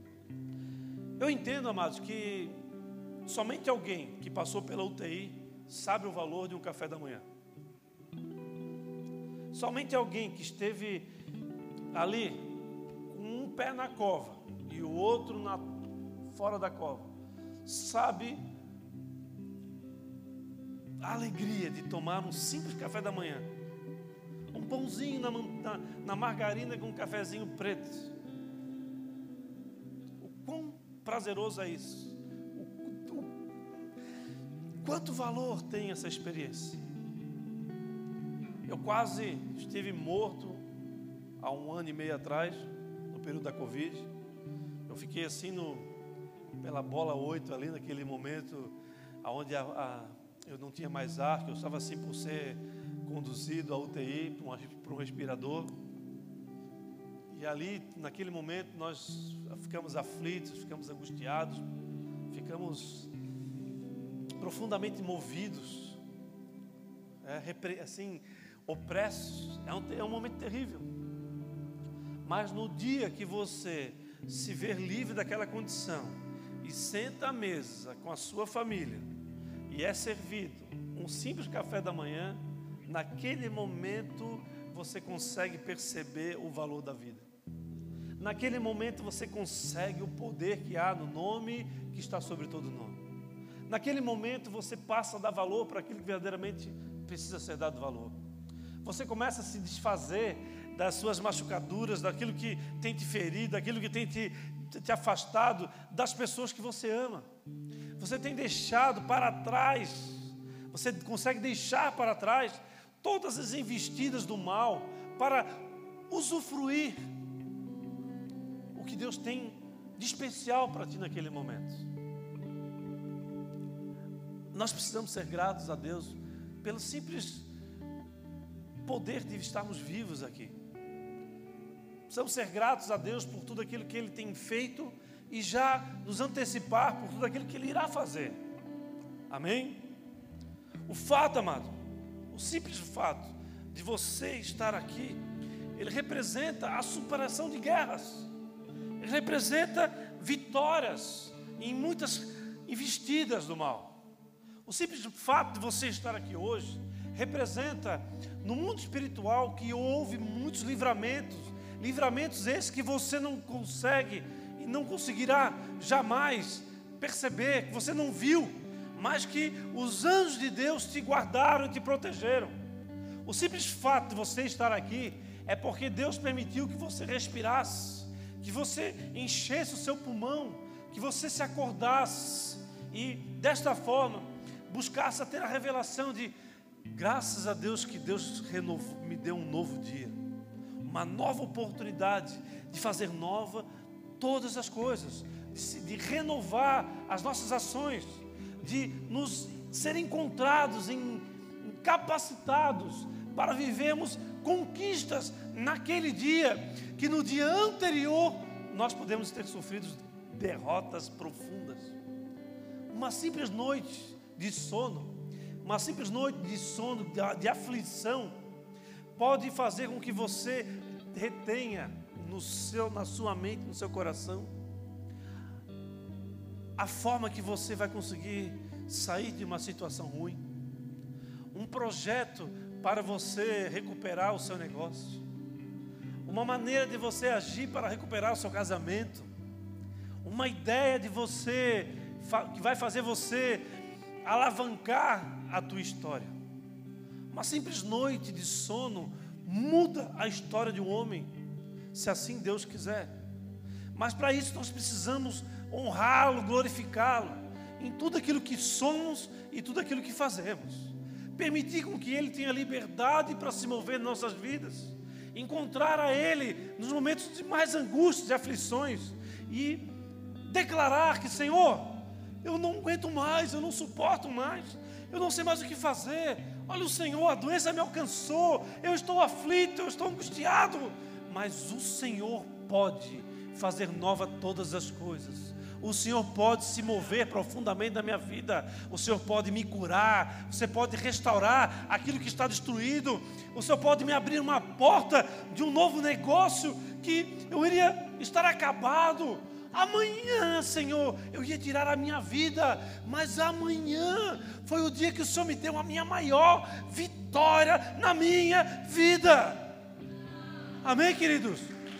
Eu entendo, amados, que somente alguém que passou pela U T I sabe o valor de um café da manhã. Somente alguém que esteve ali com um pé na cova e o outro na, fora da cova sabe a alegria de tomar um simples café da manhã, um pãozinho na, na, na margarina com um cafezinho preto. O quão prazeroso é isso? O, o, quanto valor tem essa experiência? Eu quase estive morto há um ano e meio atrás, no período da Covid. Eu fiquei assim no, pela bola oito ali naquele momento, onde a, a, eu não tinha mais ar, que eu estava assim por ser conduzido à U T I, para um, para um respirador. E ali, naquele momento, nós ficamos aflitos, ficamos angustiados, ficamos profundamente movidos, é, repre, assim, opressos. É um, é um momento terrível. Mas no dia que você se ver livre daquela condição e senta à mesa com a sua família e é servido um simples café da manhã, naquele momento você consegue perceber o valor da vida. Naquele momento você consegue o poder que há no nome que está sobre todo nome. Naquele momento você passa a dar valor para aquilo que verdadeiramente precisa ser dado valor. Você começa a se desfazer das suas machucaduras, daquilo que tem te ferido, daquilo que tem te, te afastado das pessoas que você ama. Você tem deixado para trás, você consegue deixar para trás todas as investidas do mal para usufruir o que Deus tem de especial para ti naquele momento. Nós precisamos ser gratos a Deus pelo simples poder de estarmos vivos aqui. Precisamos ser gratos a Deus por tudo aquilo que Ele tem feito e já nos antecipar por tudo aquilo que Ele irá fazer. Amém? O fato, amado, o simples fato de você estar aqui, ele representa a superação de guerras. Ele representa vitórias em muitas investidas do mal. O simples fato de você estar aqui hoje representa, no mundo espiritual, que houve muitos livramentos, livramentos esses que você não consegue e não conseguirá jamais perceber, que você não viu, mas que os anjos de Deus te guardaram e te protegeram. O simples fato de você estar aqui é porque Deus permitiu que você respirasse, que você enchesse o seu pulmão, que você se acordasse e desta forma buscasse a ter a revelação de: graças a Deus que Deus renovou, me deu um novo dia, uma nova oportunidade de fazer nova todas as coisas, de, de renovar as nossas ações, de nos ser encontrados, em, capacitados para vivermos conquistas naquele dia, que no dia anterior nós podemos ter sofrido derrotas profundas. Uma simples noite de sono, uma simples noite de sono, de, de aflição, pode fazer com que você retenha no seu, na sua mente, no seu coração, a forma que você vai conseguir sair de uma situação ruim, um projeto para você recuperar o seu negócio, uma maneira de você agir para recuperar o seu casamento, uma ideia de você, que vai fazer você alavancar a tua história. Uma simples noite de sono muda a história de um homem, se assim Deus quiser. Mas para isso nós precisamos honrá-lo, glorificá-lo em tudo aquilo que somos e tudo aquilo que fazemos. Permitir com que Ele tenha liberdade para se mover nas nossas vidas, encontrar a Ele nos momentos de mais angústias e aflições e declarar que: Senhor, eu não aguento mais, eu não suporto mais, eu não sei mais o que fazer. Olha, o Senhor, a doença me alcançou, eu estou aflito, eu estou angustiado, mas o Senhor pode fazer nova todas as coisas. O Senhor pode se mover profundamente na minha vida. O Senhor pode me curar. Você pode restaurar aquilo que está destruído. O Senhor pode me abrir uma porta de um novo negócio que eu iria estar acabado. Amanhã, Senhor, eu ia tirar a minha vida, mas amanhã foi o dia que o Senhor me deu a minha maior vitória na minha vida. Amém, queridos?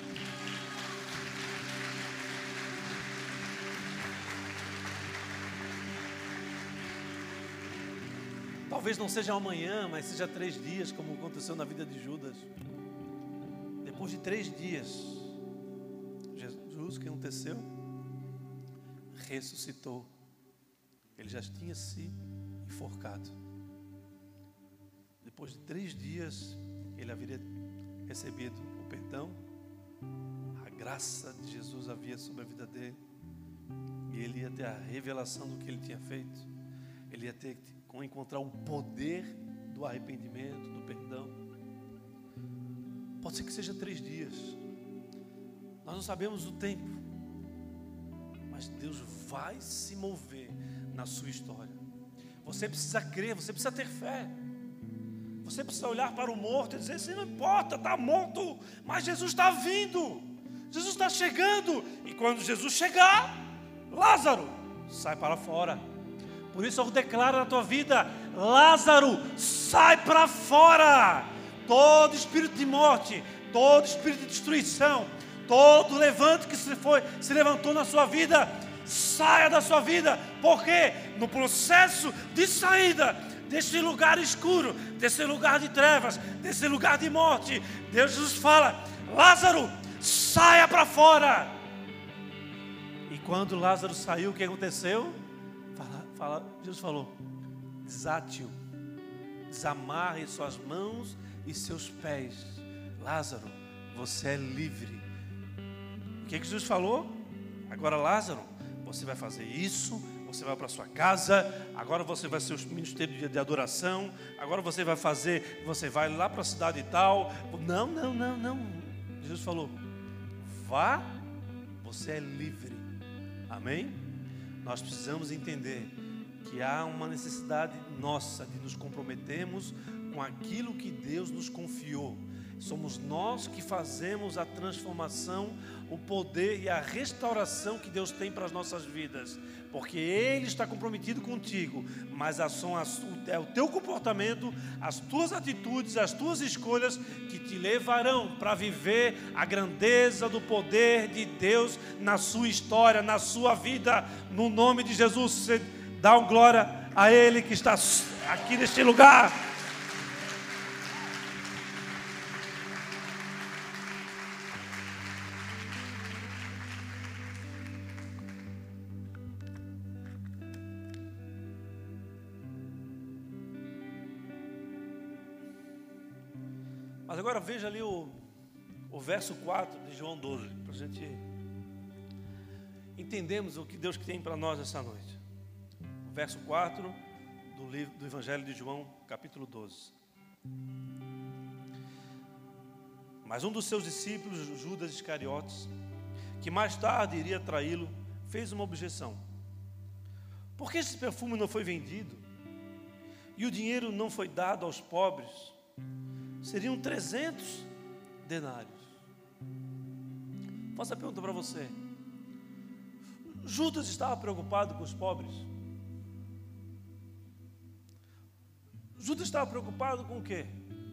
Talvez não seja amanhã, mas seja três dias, como aconteceu na vida de Judas. Depois de três dias, Jesus, o que aconteceu? Ressuscitou. Ele já tinha se enforcado. Depois de três dias, ele haveria recebido o perdão. A graça de Jesus havia sobre a vida dele. E ele ia ter a revelação do que ele tinha feito. Ele ia ter que encontrar o poder do arrependimento, do perdão. Pode ser que seja três dias. Nós não sabemos o tempo, mas Deus vai se mover na sua história. Você precisa crer, você precisa ter fé. Você precisa olhar para o morto e dizer assim: não importa, está morto, mas Jesus está vindo, Jesus está chegando. E quando Jesus chegar, Lázaro, sai para fora. Por isso eu declaro na tua vida: Lázaro, sai para fora. Todo espírito de morte, todo espírito de destruição, todo levante que se, foi, se levantou na sua vida, saia da sua vida. Porque no processo de saída desse lugar escuro, desse lugar de trevas, desse lugar de morte, Deus Jesus fala: Lázaro, saia para fora. E quando Lázaro saiu, o que aconteceu? Fala, fala, Jesus falou: desate-o, desamarre suas mãos e seus pés. Lázaro, você é livre. O que, que Jesus falou? Agora, Lázaro, você vai fazer isso, você vai para sua casa, agora você vai ser o ministério de adoração, agora você vai fazer, você vai lá para a cidade e tal. Não, não, não, não. Jesus falou, vá, você é livre. Amém? Nós precisamos entender que há uma necessidade nossa de nos comprometermos com aquilo que Deus nos confiou. Somos nós que fazemos a transformação, o poder e a restauração que Deus tem para as nossas vidas, porque Ele está comprometido contigo, mas são as, é o teu comportamento, as tuas atitudes, as tuas escolhas que te levarão para viver a grandeza do poder de Deus na sua história, na sua vida. No nome de Jesus, você dá uma glória a Ele que está aqui neste lugar. Mas agora veja ali o, o verso quatro de João doze, para a gente entendermos o que Deus tem para nós essa noite. O verso quatro do, livro, do Evangelho de João, capítulo doze. Mas um dos seus discípulos, Judas Iscariotes, que mais tarde iria traí-lo, fez uma objeção. Por que esse perfume não foi vendido e o dinheiro não foi dado aos pobres? Seriam trezentos denários. Faço a pergunta para você. Judas estava preocupado com os pobres? Judas estava preocupado com o quê?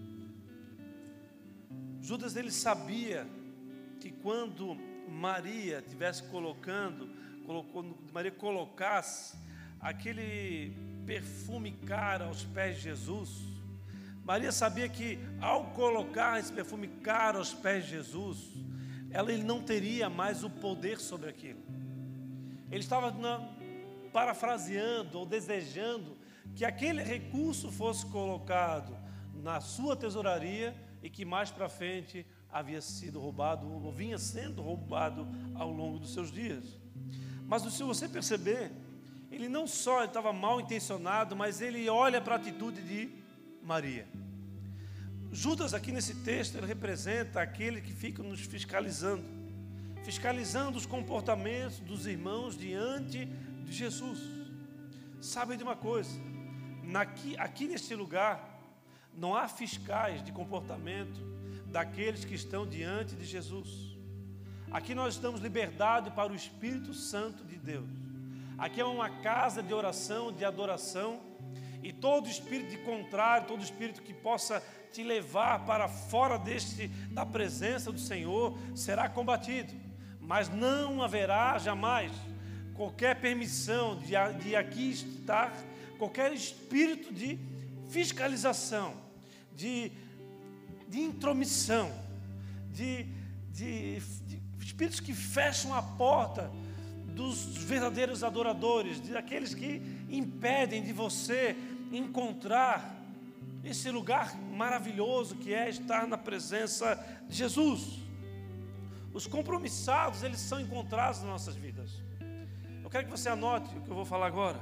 Judas, ele sabia que quando Maria estivesse colocando, colocou, Maria colocasse aquele perfume caro aos pés de Jesus, Maria sabia que ao colocar esse perfume caro aos pés de Jesus, ela ele não teria mais o poder sobre aquilo. Ele estava na, parafraseando ou desejando que aquele recurso fosse colocado na sua tesouraria e que mais para frente havia sido roubado, ou vinha sendo roubado ao longo dos seus dias. Mas se você perceber, ele não só estava mal intencionado, mas ele olha para a atitude de Maria. Judas aqui nesse texto, ele representa aquele que fica nos fiscalizando, fiscalizando os comportamentos dos irmãos diante de Jesus. Sabe de uma coisa, Naqui, aqui neste lugar, não há fiscais de comportamento daqueles que estão diante de Jesus. Aqui nós damos liberdade para o Espírito Santo de Deus. Aqui é uma casa de oração, de adoração, e todo espírito de contrário, todo espírito que possa te levar para fora deste, da presença do Senhor, será combatido. Mas não haverá jamais qualquer permissão de, de aqui estar, qualquer espírito de fiscalização, de, de intromissão, de, de, de espíritos que fecham a porta dos verdadeiros adoradores, daqueles que impedem de você encontrar esse lugar maravilhoso que é estar na presença de Jesus. Os compromissados, eles são encontrados nas nossas vidas. Eu quero que você anote o que eu vou falar agora.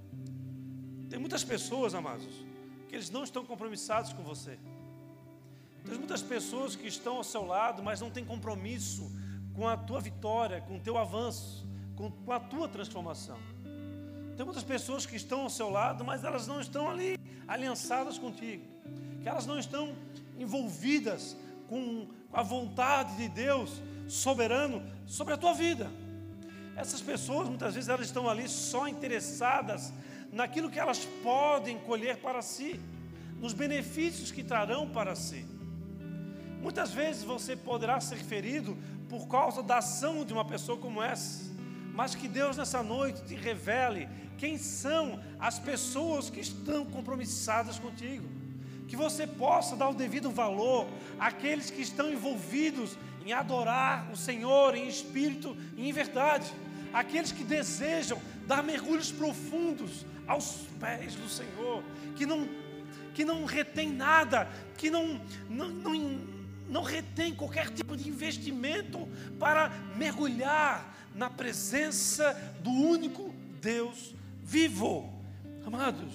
Tem muitas pessoas, amados, que eles não estão compromissados com você. Tem muitas pessoas que estão ao seu lado, mas não têm compromisso com a tua vitória, com o teu avanço, com, com a tua transformação. Tem muitas pessoas que estão ao seu lado, mas elas não estão ali aliançadas contigo, que elas não estão envolvidas com a vontade de Deus soberano sobre a tua vida. Essas pessoas, muitas vezes, elas estão ali só interessadas naquilo que elas podem colher para si, nos benefícios que trarão para si. Muitas vezes você poderá ser ferido por causa da ação de uma pessoa como essa, mas que Deus nessa noite te revele quem são as pessoas que estão compromissadas contigo, que você possa dar o devido valor àqueles que estão envolvidos em adorar o Senhor em espírito e em verdade, aqueles que desejam dar mergulhos profundos aos pés do Senhor, que não, que não retém nada, que não, não, não, não retém qualquer tipo de investimento para mergulhar na presença do único Deus vivo. Amados,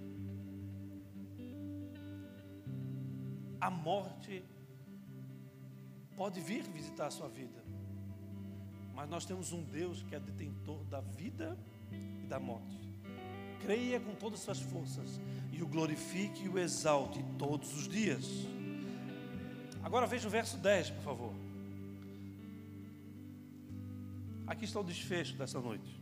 a morte pode vir visitar a sua vida, mas nós temos um Deus que é detentor da vida e da morte. Creia com todas as suas forças e o glorifique e o exalte todos os dias. Agora veja o verso dez, por favor. Aqui está o desfecho dessa noite.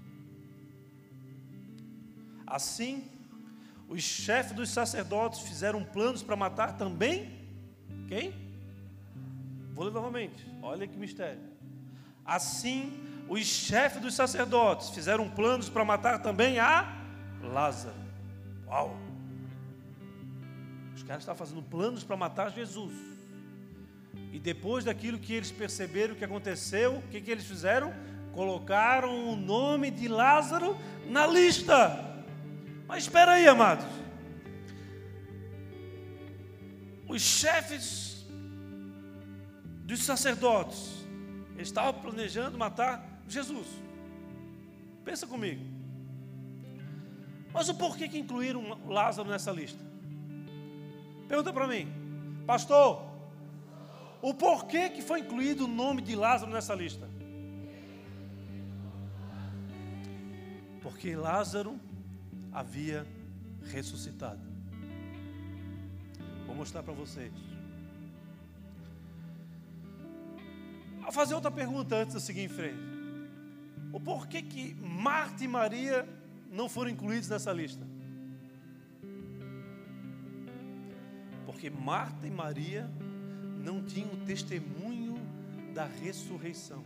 Assim, os chefes dos sacerdotes fizeram planos para matar também quem? Vou ler novamente, olha que mistério. Assim, os chefes dos sacerdotes fizeram planos para matar também a Lázaro. Uau! Os caras estavam fazendo planos para matar Jesus. E depois daquilo que eles perceberam que aconteceu, o que, que eles fizeram? Colocaram o nome de Lázaro na lista. Mas espera aí, amados. Os chefes dos sacerdotes, eles estavam planejando matar Jesus. Pensa comigo. Mas o porquê que incluíram Lázaro nessa lista? Pergunta para mim, pastor, o porquê que foi incluído o nome de Lázaro nessa lista? Porque Lázaro havia ressuscitado. Vou mostrar para vocês. Vou fazer outra pergunta antes de seguir em frente. O porquê que Marta e Maria não foram incluídos nessa lista? Porque Marta e Maria não tinham o testemunho da ressurreição.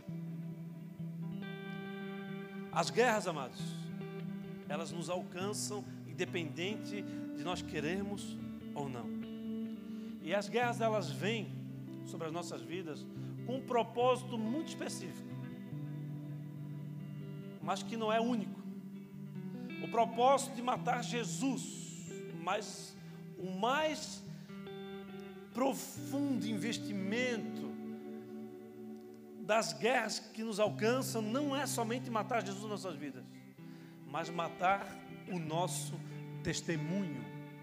As guerras, amados, elas nos alcançam independente de nós querermos ou não. E as guerras, elas vêm sobre as nossas vidas com um propósito muito específico, mas que não é único. O propósito de matar Jesus, mas o mais profundo investimento das guerras que nos alcançam não é somente matar Jesus nas nossas vidas, mas matar o nosso testemunho.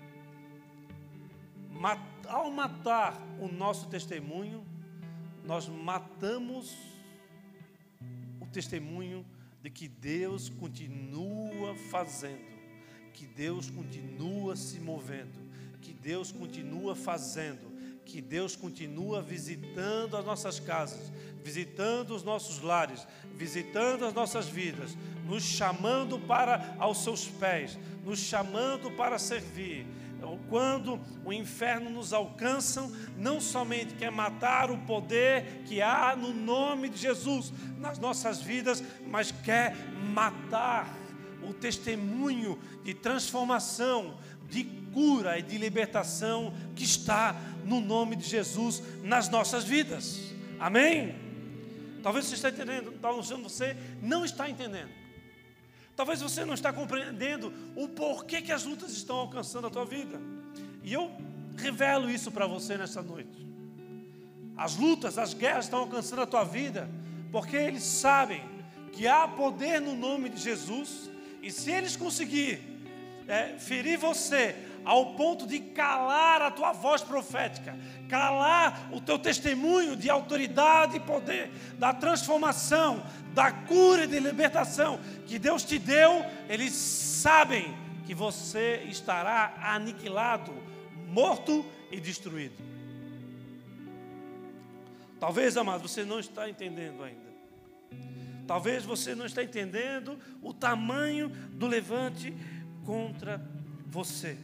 Ao matar o nosso testemunho, nós matamos o testemunho de que Deus continua fazendo, que Deus continua se movendo, que Deus continua fazendo, que Deus continua visitando as nossas casas, visitando os nossos lares, visitando as nossas vidas, nos chamando para aos seus pés, nos chamando para servir. Quando o inferno nos alcança, não somente quer matar o poder que há no nome de Jesus nas nossas vidas, mas quer matar o testemunho de transformação, de cura e de libertação que está no nome de Jesus nas nossas vidas. Amém? Talvez você esteja entendendo, talvez você não está entendendo. Talvez você não está compreendendo o porquê que as lutas estão alcançando a tua vida. E eu revelo isso para você nessa noite. As lutas, as guerras estão alcançando a tua vida porque eles sabem que há poder no nome de Jesus. E se eles conseguirem é, ferir você ao ponto de calar a tua voz profética, calar o teu testemunho de autoridade e poder, da transformação, da cura e de libertação que Deus te deu, eles sabem que você estará aniquilado, morto e destruído. Talvez, amado, você não está entendendo ainda. Talvez você não está entendendo o tamanho do levante contra você.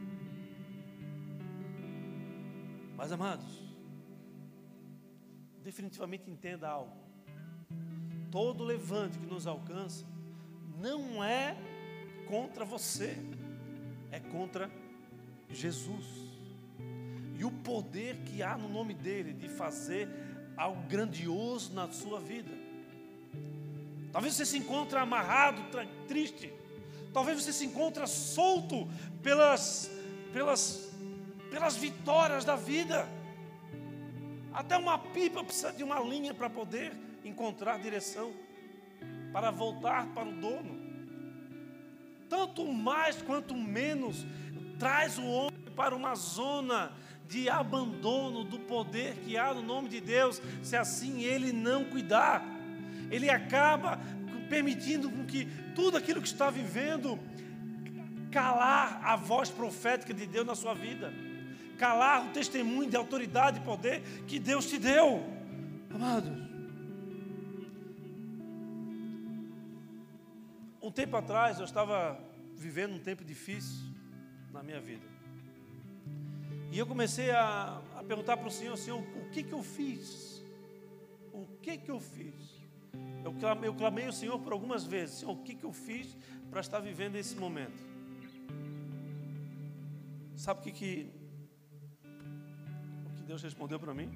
Mas, amados, definitivamente entenda algo. Todo levante que nos alcança não é contra você, é contra Jesus. E o poder que há no nome dele de fazer algo grandioso na sua vida. Talvez você se encontre amarrado, triste. Talvez você se encontre solto pelas, pelas pelas vitórias da vida. Até uma pipa precisa de uma linha para poder encontrar direção, para voltar para o dono. Tanto mais quanto menos traz o homem para uma zona de abandono do poder que há no nome de Deus, se assim ele não cuidar. Ele acaba permitindo com que tudo aquilo que está vivendo calar a voz profética de Deus na sua vida, calar o testemunho de autoridade e poder que Deus te deu. Amados, um tempo atrás eu estava vivendo um tempo difícil na minha vida, e eu comecei a, a perguntar para o Senhor: Senhor, o que que eu fiz? O que que eu fiz? Eu clamei, eu clamei ao Senhor por algumas vezes: Senhor, o que que eu fiz para estar vivendo esse momento? Sabe o que que, o que Deus respondeu para mim?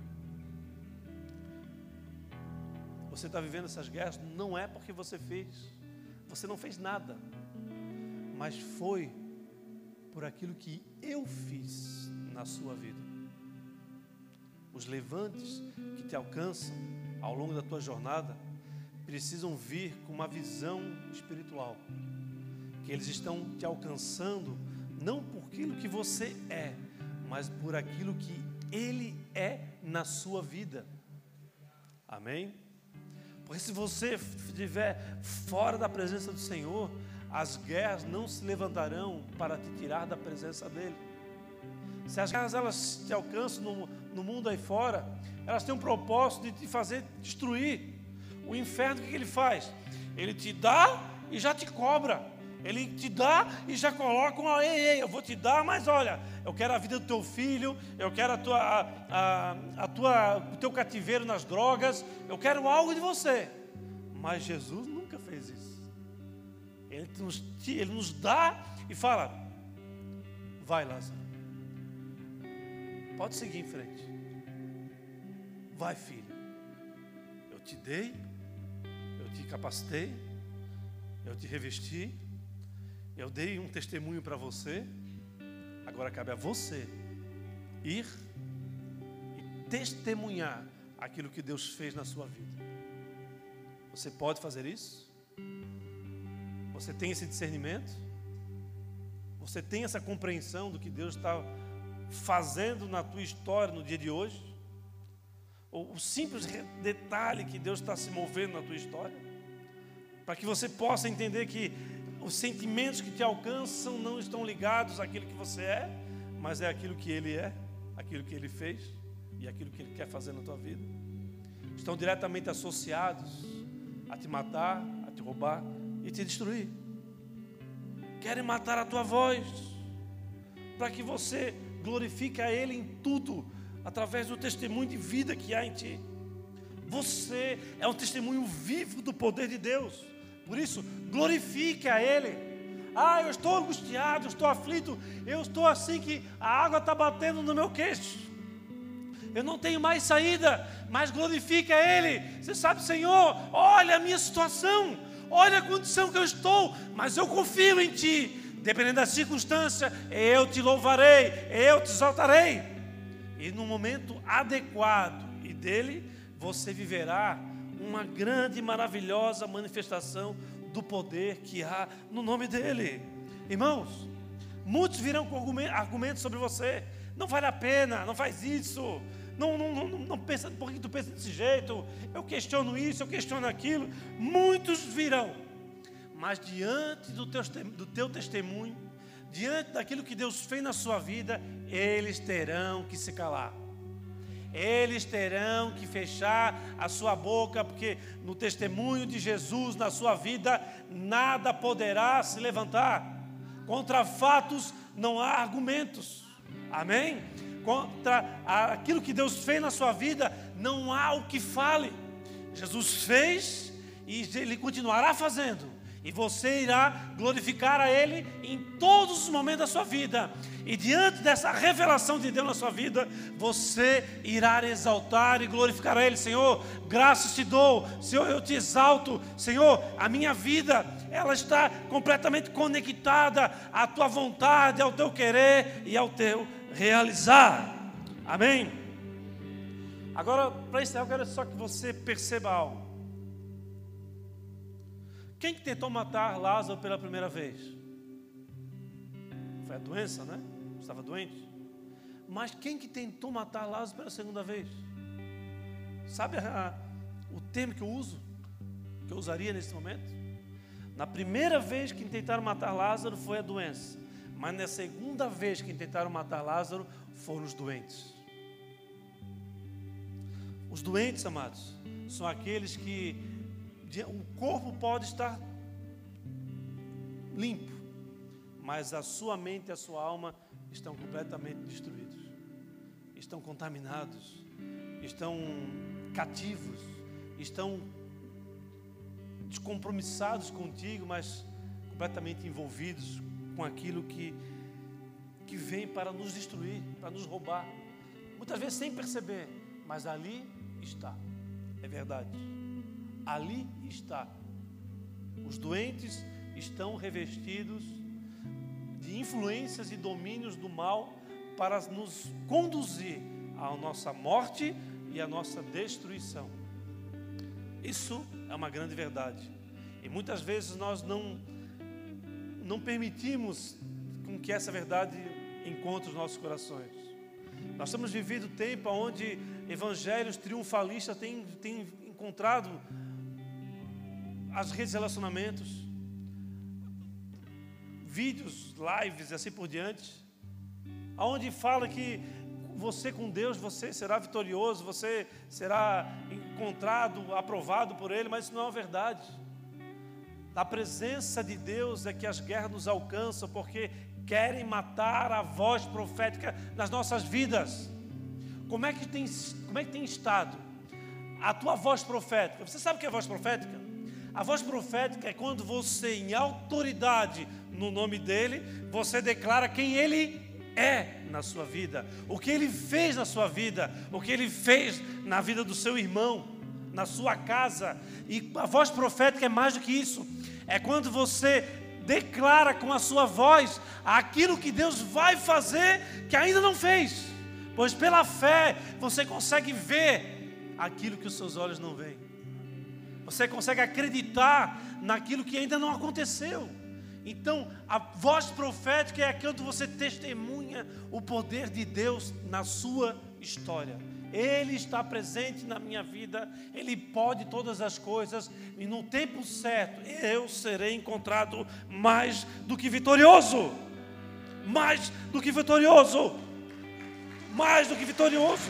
Você está vivendo essas guerras não é porque você fez, você não fez nada, mas foi por aquilo que eu fiz na sua vida. Os levantes que te alcançam ao longo da tua jornada precisam vir com uma visão espiritual, que eles estão te alcançando não por aquilo que você é, mas por aquilo que Ele é na sua vida. Amém? Porque se você estiver fora da presença do Senhor, as guerras não se levantarão para te tirar da presença dEle. Se as guerras elas te alcançam no, no mundo aí fora, elas têm um propósito de te fazer destruir. O inferno, o que ele faz? Ele te dá e já te cobra. Ele te dá e já coloca um: ei, ei, eu vou te dar, mas olha, eu quero a vida do teu filho, eu quero a tua, a, a, a tua, o teu cativeiro nas drogas, eu quero algo de você. Mas Jesus nunca fez isso. Ele nos, ele nos dá e fala: vai, Lázaro, pode seguir em frente. Vai, filho, eu te dei, eu te capacitei, eu te revesti, eu dei um testemunho para você. Agora cabe a você ir e testemunhar aquilo que Deus fez na sua vida. Você pode fazer isso? Você tem esse discernimento? Você tem essa compreensão do que Deus está fazendo na tua história no dia de hoje? Ou o simples detalhe que Deus está se movendo na tua história? Para que você possa entender que os sentimentos que te alcançam não estão ligados àquilo que você é, mas é aquilo que Ele é, aquilo que Ele fez e aquilo que Ele quer fazer na tua vida. Estão diretamente associados a te matar, a te roubar e te destruir. Querem matar a tua voz, para que você glorifique a Ele em tudo, através do testemunho de vida que há em ti. Você é um testemunho vivo do poder de Deus. Por isso, glorifique a Ele. Ah, eu estou angustiado, eu estou aflito, eu estou assim que a água está batendo no meu queixo, eu não tenho mais saída, mas glorifique a Ele. Você sabe: Senhor, olha a minha situação, olha a condição que eu estou, mas eu confio em Ti. Dependendo da circunstância, eu Te louvarei, eu Te exaltarei. E no momento adequado e dele, você viverá uma grande e maravilhosa manifestação do poder que há no nome dEle. Irmãos, muitos virão com argumentos sobre você: não vale a pena, não faz isso, não, não, não, não pensa, por que tu pensa desse jeito, eu questiono isso, eu questiono aquilo. Muitos virão, mas diante do teu, do teu testemunho, diante daquilo que Deus fez na sua vida, eles terão que se calar. Eles terão que fechar a sua boca, porque no testemunho de Jesus na sua vida, nada poderá se levantar. Contra fatos não há argumentos. Amém? Contra aquilo que Deus fez na sua vida, não há o que fale. Jesus fez e Ele continuará fazendo. E você irá glorificar a Ele em todos os momentos da sua vida. E diante dessa revelação de Deus na sua vida, você irá exaltar e glorificar a Ele. Senhor, graças te dou. Senhor, eu te exalto. Senhor, a minha vida, ela está completamente conectada à tua vontade, ao teu querer e ao teu realizar. Amém? Agora, para encerrar, eu quero só que você perceba algo. Quem que tentou matar Lázaro pela primeira vez? Foi a doença, né? Estava doente. Mas quem que tentou matar Lázaro pela segunda vez? Sabe a, o termo que eu uso? Que eu usaria nesse momento? Na primeira vez que tentaram matar Lázaro foi a doença. Mas na segunda vez que tentaram matar Lázaro foram os doentes. Os doentes, amados, são aqueles que o corpo pode estar limpo, mas a sua mente e a sua alma estão completamente destruídos, estão contaminados, estão cativos, estão descompromissados contigo, mas completamente envolvidos com aquilo que, que vem para nos destruir, para nos roubar, muitas vezes sem perceber, mas ali está, é verdade, ali está. Os doentes estão revestidos de influências e domínios do mal para nos conduzir à nossa morte e à nossa destruição. Isso é uma grande verdade. E muitas vezes nós não, não permitimos com que essa verdade encontre os nossos corações. Nós temos vivido tempo onde evangelhos triunfalistas têm, têm encontrado as redes de relacionamentos, vídeos, lives e assim por diante, onde fala que você com Deus, você será vitorioso, você será encontrado, aprovado por Ele, mas isso não é verdade. A presença de Deus é que as guerras nos alcançam, porque querem matar a voz profética nas nossas vidas. Como é que tem, como é que tem estado a tua voz profética? Você sabe o que é voz profética? A voz profética é quando você, em autoridade no nome dEle, você declara quem Ele é na sua vida, o que Ele fez na sua vida, o que Ele fez na vida do seu irmão, na sua casa. E a voz profética é mais do que isso, é quando você declara com a sua voz aquilo que Deus vai fazer que ainda não fez, pois pela fé você consegue ver aquilo que os seus olhos não veem, você consegue acreditar naquilo que ainda não aconteceu. Então, a voz profética é quando você testemunha o poder de Deus na sua história. Ele está presente na minha vida, Ele pode todas as coisas, e no tempo certo eu serei encontrado mais do que vitorioso. Mais do que vitorioso. Mais do que vitorioso.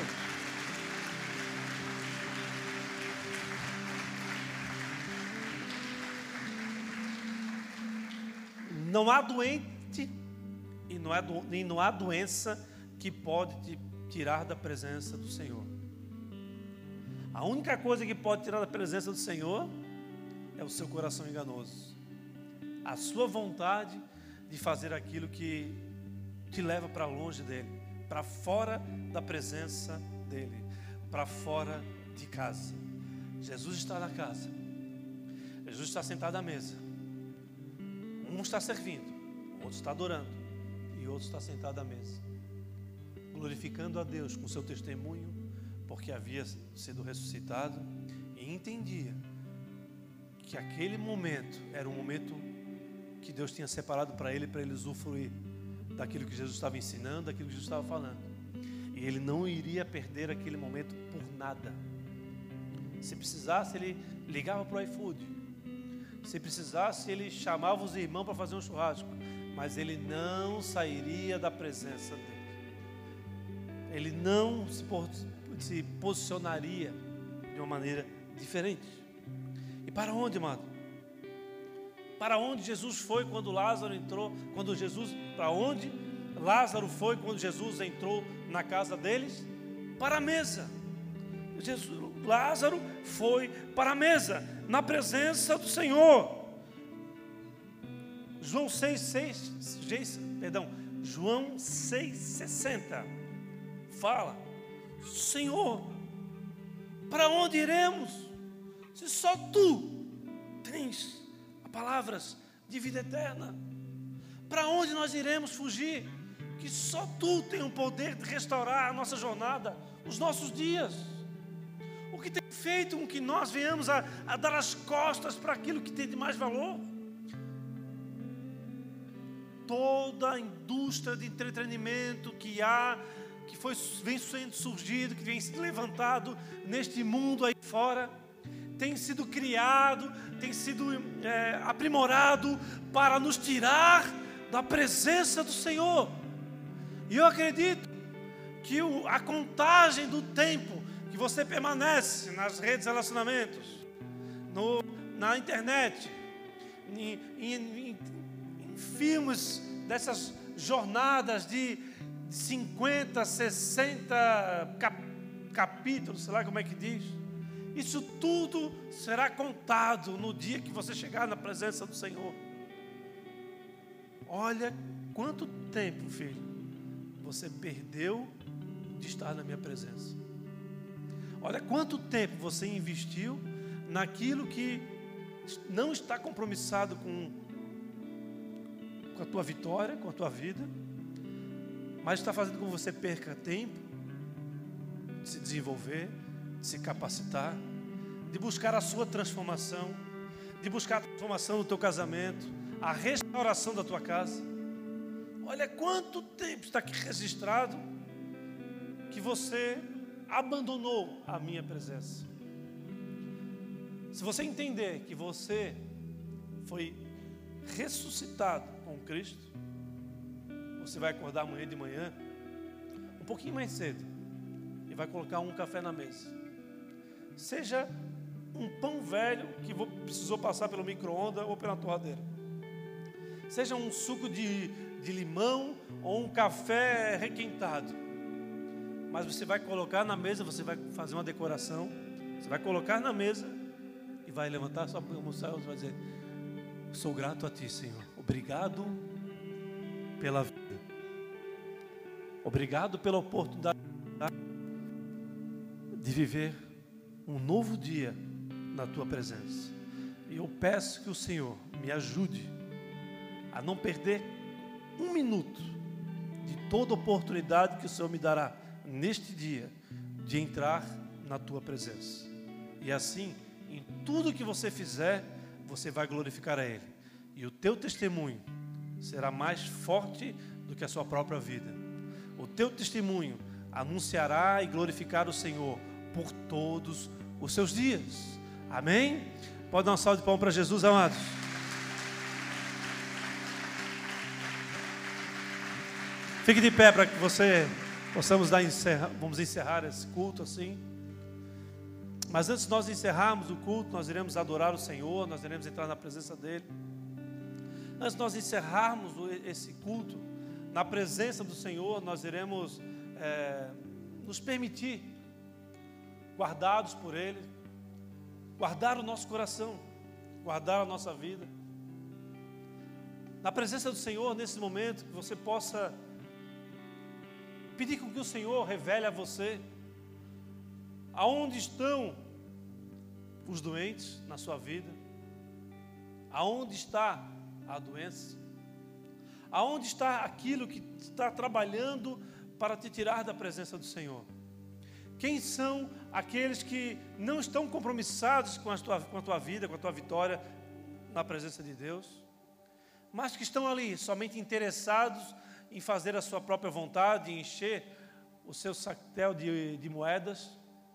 Não há doente e não há, do, e não há doença que pode te tirar da presença do Senhor. A única coisa que pode tirar da presença do Senhor é o seu coração enganoso, a sua vontade de fazer aquilo que te leva para longe dEle, para fora da presença dEle, para fora de casa. Jesus está na casa, Jesus está sentado à mesa. Um está servindo, outro está adorando e outro está sentado à mesa, glorificando a Deus com seu testemunho, porque havia sido ressuscitado e entendia que aquele momento era um momento que Deus tinha separado para ele, para ele usufruir daquilo que Jesus estava ensinando, daquilo que Jesus estava falando, e ele não iria perder aquele momento por nada. Se precisasse, ele ligava para o iFood. Se precisasse, ele chamava os irmãos para fazer um churrasco, mas ele não sairia da presença dele. Ele não se, se posicionaria de uma maneira diferente. E para onde, amado? Para onde Jesus foi quando Lázaro entrou? Quando Jesus, para onde Lázaro foi quando Jesus entrou na casa deles? Para a mesa. Jesus, Lázaro foi para a mesa, na presença do Senhor. João seis, seis, perdão, João seis, sessenta fala: Senhor, para onde iremos, se só Tu tens palavras de vida eterna? Para onde nós iremos fugir? que só Tu tem o poder de restaurar a nossa jornada, os nossos dias. O que tem feito com que nós venhamos a, a dar as costas para aquilo que tem de mais valor? Toda a indústria de entretenimento que há, que foi, vem sendo surgido, que vem sendo levantado neste mundo aí fora, tem sido criado, tem sido é, aprimorado para nos tirar da presença do Senhor. E eu acredito que o, a contagem do tempo que você permanece nas redes de relacionamentos, no, na internet, em, em, em, em filmes dessas jornadas de cinquenta, sessenta cap, capítulos, sei lá como é que diz, isso tudo será contado no dia que você chegar na presença do Senhor. Olha quanto tempo, filho, você perdeu de estar na minha presença. Olha quanto tempo você investiu naquilo que não está compromissado com, com a tua vitória, com a tua vida, mas está fazendo com que você perca tempo de se desenvolver, de se capacitar, de buscar a sua transformação, de buscar a transformação do teu casamento, a restauração da tua casa. Olha quanto tempo está aqui registrado que você abandonou a minha presença. Se você entender que você foi ressuscitado com Cristo, você vai acordar amanhã de manhã, um pouquinho mais cedo, e vai colocar um café na mesa. Seja um pão velho que precisou passar pelo micro-ondas ou pela torradeira. Seja um suco de, de limão ou um café requentado. Mas você vai colocar na mesa, você vai fazer uma decoração, você vai colocar na mesa e vai levantar sua mão e vai dizer: sou grato a Ti, Senhor. Obrigado pela vida. Obrigado pela oportunidade de viver um novo dia na Tua presença. E eu peço que o Senhor me ajude a não perder um minuto de toda oportunidade que o Senhor me dará neste dia de entrar na Tua presença. E assim, em tudo que você fizer, você vai glorificar a Ele. E o teu testemunho será mais forte do que a sua própria vida. O teu testemunho anunciará e glorificar o Senhor por todos os seus dias. Amém? Pode dar um salve de palmas para Jesus, amados. Fique de pé para que você possamos dar encerra, vamos encerrar esse culto assim. Mas antes de nós encerrarmos o culto, nós iremos adorar o Senhor, nós iremos entrar na presença dEle. Antes de nós encerrarmos esse culto, na presença do Senhor, nós iremos é, nos permitir, guardados por Ele, guardar o nosso coração, guardar a nossa vida. Na presença do Senhor, nesse momento, que você possa pedir com que o Senhor revele a você aonde estão os doentes na sua vida, aonde está a doença, aonde está aquilo que está trabalhando para te tirar da presença do Senhor. Quem são aqueles que não estão compromissados com a tua, com a tua vida, com a tua vitória na presença de Deus, mas que estão ali somente interessados em fazer a sua própria vontade, em encher o seu sactel de, de moedas?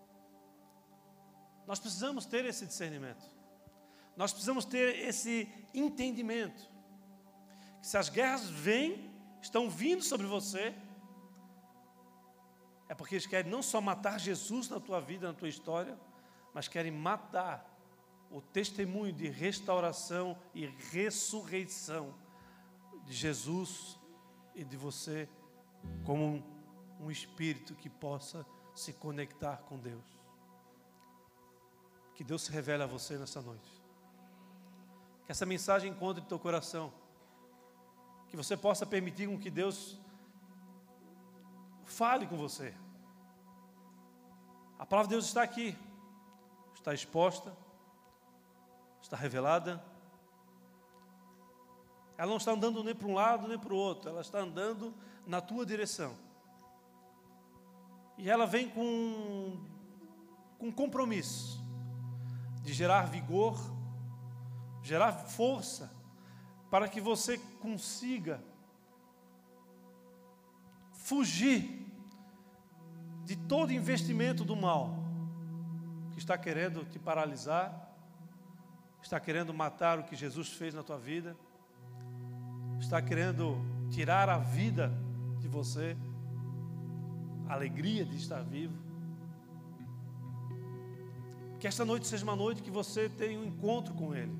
Nós precisamos ter esse discernimento. Nós precisamos ter esse entendimento. Que se as guerras vêm, estão vindo sobre você, é porque eles querem não só matar Jesus na tua vida, na tua história, mas querem matar o testemunho de restauração e ressurreição de Jesus e de você como um, um espírito que possa se conectar com Deus. Que Deus se revele a você nessa noite. Que essa mensagem encontre em teu coração. Que você possa permitir com que Deus fale com você. A palavra de Deus está aqui, está exposta, está revelada. Ela não está andando nem para um lado nem para o outro, ela está andando na tua direção. E ela vem com, com compromisso de gerar vigor, gerar força, para que você consiga fugir de todo investimento do mal, que está querendo te paralisar, está querendo matar o que Jesus fez na tua vida, está querendo tirar a vida de você, a alegria de estar vivo. Que esta noite seja uma noite que você tenha um encontro com Ele,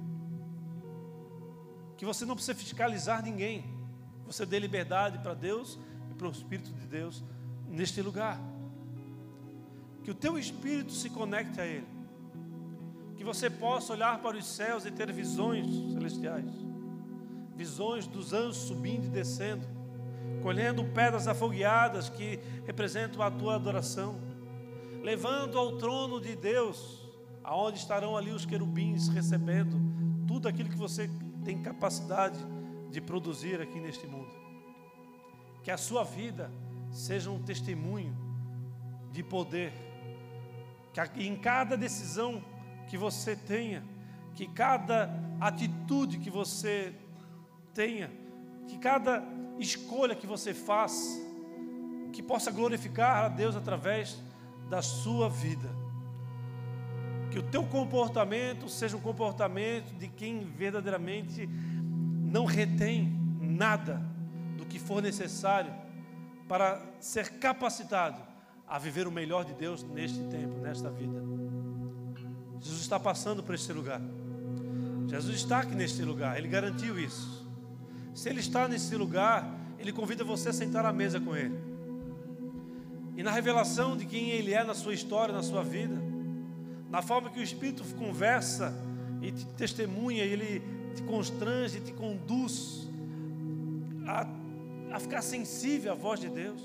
que você não precisa fiscalizar ninguém, você dê liberdade para Deus e para o Espírito de Deus neste lugar, que o teu Espírito se conecte a Ele, que você possa olhar para os céus e ter visões celestiais, visões dos anjos subindo e descendo, colhendo pedras afogueadas que representam a tua adoração, levando ao trono de Deus, aonde estarão ali os querubins recebendo tudo aquilo que você tem capacidade de produzir aqui neste mundo. Que a sua vida seja um testemunho de poder, que em cada decisão que você tenha, que cada atitude que você tenha, que cada escolha que você faça, que possa glorificar a Deus através da sua vida. Que o teu comportamento seja um comportamento de quem verdadeiramente não retém nada do que for necessário para ser capacitado a viver o melhor de Deus neste tempo, nesta vida. Jesus está passando por este lugar. Jesus está aqui neste lugar, Ele garantiu isso. Se Ele está nesse lugar, Ele convida você a sentar à mesa com Ele. E na revelação de quem Ele é na sua história, na sua vida, na forma que o Espírito conversa e te testemunha, Ele te constrange, te conduz a, a ficar sensível à voz de Deus.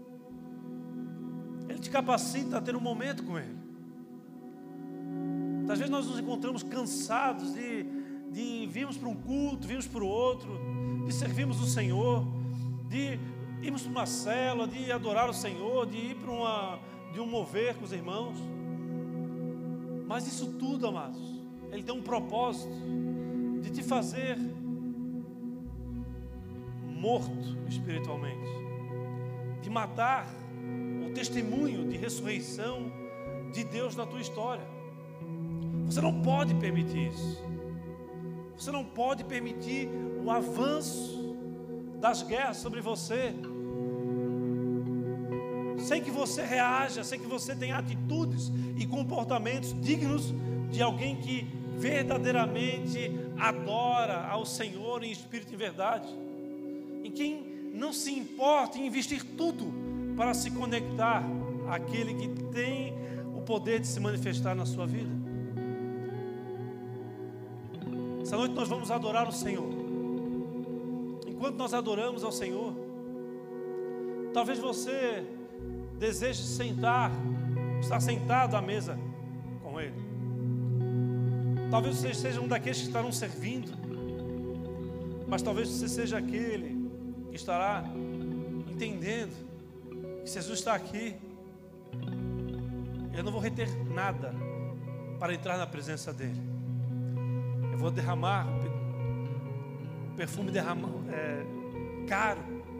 Ele te capacita a ter um momento com Ele. Às vezes nós nos encontramos cansados de, de virmos para um culto, virmos para o outro, de servirmos o Senhor, de irmos para uma célula, de adorar o Senhor, de ir para uma, de um mover com os irmãos. Mas isso tudo, amados, Ele tem um propósito de te fazer morto espiritualmente, de matar o testemunho de ressurreição de Deus na tua história. Você não pode permitir isso. Você não pode permitir o avanço das guerras sobre você, sem que você reaja, sem que você tenha atitudes e comportamentos dignos de alguém que verdadeiramente adora ao Senhor em espírito e em verdade, em quem não se importa em investir tudo para se conectar àquele que tem o poder de se manifestar na sua vida. Essa noite nós vamos adorar o Senhor. Enquanto nós adoramos ao Senhor, talvez você deseje sentar, estar sentado à mesa com Ele. Talvez você seja um daqueles que estarão servindo, mas talvez você seja aquele que estará entendendo que Jesus está aqui. Eu não vou reter nada para entrar na presença dEle. Eu vou derramar o perfume derrama, é, caro,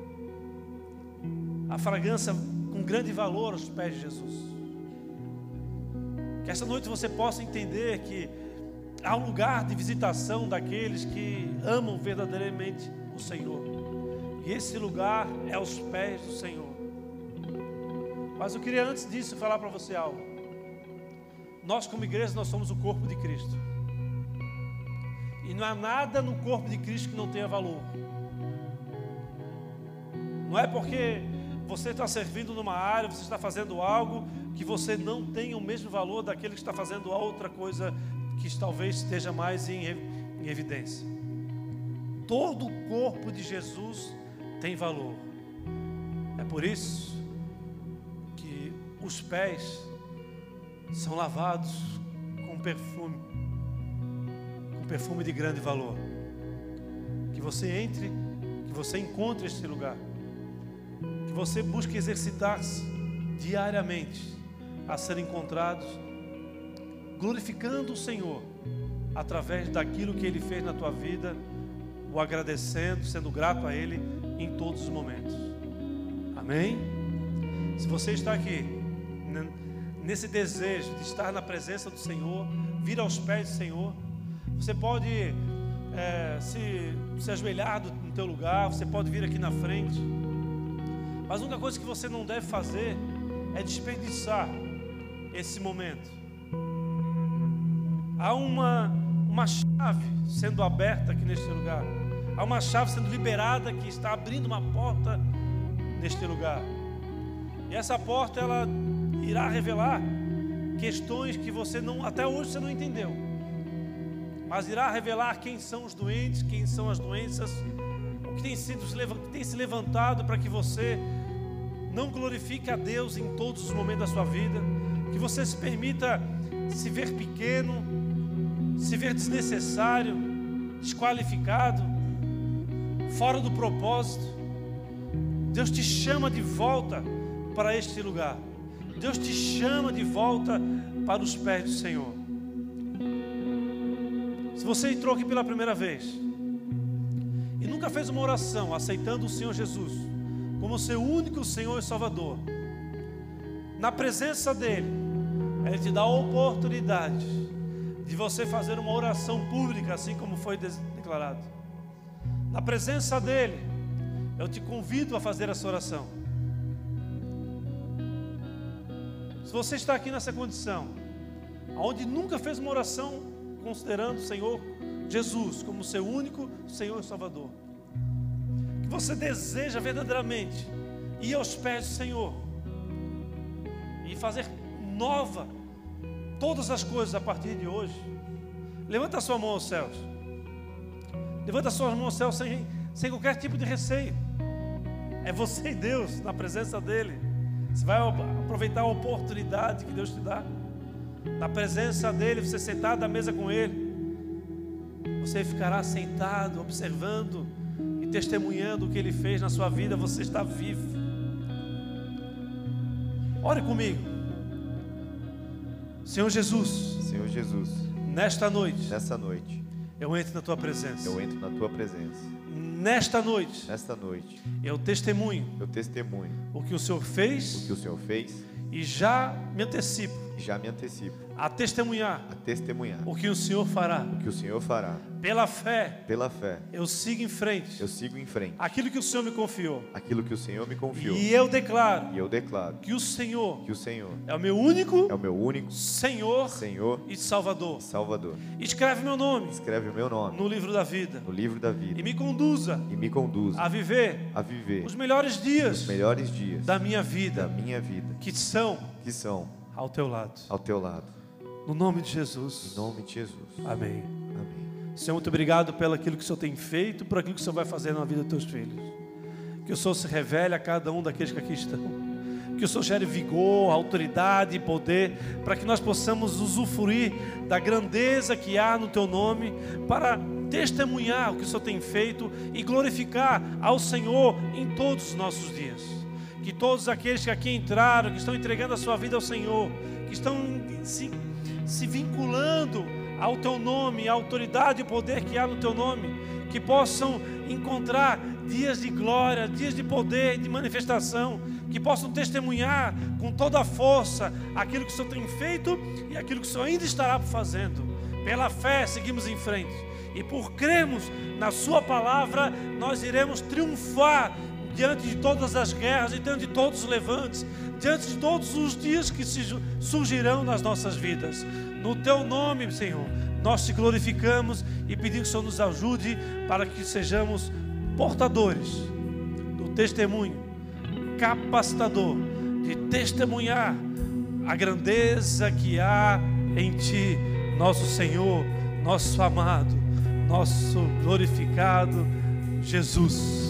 a fragrância com grande valor aos pés de Jesus. Que esta noite você possa entender que há um lugar de visitação daqueles que amam verdadeiramente o Senhor. E esse lugar é aos pés do Senhor. Mas eu queria antes disso falar para você algo. Nós como igreja, nós somos o corpo de Cristo. E não há nada no corpo de Cristo que não tenha valor. Não é porque você está servindo numa área, você está fazendo algo, que você não tenha o mesmo valor daquele que está fazendo outra coisa que talvez esteja mais em, em evidência. Todo o corpo de Jesus tem valor. É por isso que os pés são lavados com perfume, com perfume de grande valor. Que você entre, que você encontre este lugar, que você busque exercitar-se diariamente a ser encontrados, glorificando o Senhor através daquilo que Ele fez na tua vida, o agradecendo, sendo grato a Ele em todos os momentos. Amém? Se você está aqui nesse desejo de estar na presença do Senhor, vir aos pés do Senhor, você pode é, se, se ajoelhar no teu lugar, você pode vir aqui na frente, mas a única coisa que você não deve fazer é desperdiçar esse momento. Há uma, uma chave sendo aberta aqui neste lugar, há uma chave sendo liberada que está abrindo uma porta neste lugar, e essa porta ela irá revelar questões que você não, até hoje você não entendeu, mas irá revelar quem são os doentes, quem são as doenças, o que tem sido que tem se levantado para que você não glorifique a Deus em todos os momentos da sua vida, que você se permita se ver pequeno, se ver desnecessário, desqualificado, fora do propósito. Deus te chama de volta para este lugar. Deus te chama de volta para os pés do Senhor. Se você entrou aqui pela primeira vez e nunca fez uma oração aceitando o Senhor Jesus como seu único Senhor e Salvador, na presença dEle, Ele te dá a oportunidade de você fazer uma oração pública, assim como foi declarado. Na presença dEle, eu te convido a fazer essa oração. Se você está aqui nessa condição, onde nunca fez uma oração considerando o Senhor Jesus como seu único Senhor e Salvador, que você deseja verdadeiramente ir aos pés do Senhor e fazer nova todas as coisas a partir de hoje, levanta a sua mão aos céus. Levanta a sua mão aos céus sem, sem qualquer tipo de receio. É você e Deus na presença dEle. Você vai aproveitar a oportunidade que Deus te dá. Na presença dEle, você sentado à mesa com Ele, você ficará sentado, observando e testemunhando o que Ele fez na sua vida. Você está vivo. Ore comigo. Senhor Jesus, Senhor Jesus, nesta noite, nesta noite, eu entro na Tua presença. eu entro na Tua presença. Nesta noite, Nesta noite, eu testemunho eu testemunho o que o Senhor fez o que o Senhor fez e já me antecipo e já me antecipo a testemunhar a testemunhar o que o Senhor fará. o que o Senhor fará. Pela fé, Pela fé, eu sigo em frente eu sigo em frente aquilo que o Senhor me confiou. aquilo que o Senhor me confiou. E eu declaro E eu declaro que o Senhor que o Senhor é o meu único é o meu único Senhor Senhor e Salvador. e Salvador. Escreve meu nome Escreve o meu nome no livro da vida no livro da e vida me conduza e me conduza a viver a viver os melhores dias os melhores dias da minha da vida, minha vida, que são que são ao teu lado. ao Teu lado. No nome de Em Jesus. nome de Jesus. Amém. Amém. Senhor, muito obrigado pelo aquilo que o Senhor tem feito, por aquilo que o Senhor vai fazer na vida dos teus filhos. Que o Senhor se revele a cada um daqueles que aqui estão. Que o Senhor gere vigor, autoridade e poder, para que nós possamos usufruir da grandeza que há no Teu nome, para testemunhar o que o Senhor tem feito e glorificar ao Senhor em todos os nossos dias. Que todos aqueles que aqui entraram, que estão entregando a sua vida ao Senhor, que estão se, se vinculando ao Teu nome, à autoridade e poder que há no Teu nome, que possam encontrar dias de glória, dias de poder, de manifestação, que possam testemunhar com toda a força aquilo que o Senhor tem feito e aquilo que o Senhor ainda estará fazendo. Pela fé seguimos em frente e por crermos na Sua palavra, nós iremos triunfar diante de todas as guerras e diante de todos os levantes, diante de todos os dias que se surgirão nas nossas vidas. No Teu nome, Senhor, nós te glorificamos e pedimos que o Senhor nos ajude para que sejamos portadores do testemunho, capacitador de testemunhar a grandeza que há em Ti, nosso Senhor, nosso amado, nosso glorificado Jesus.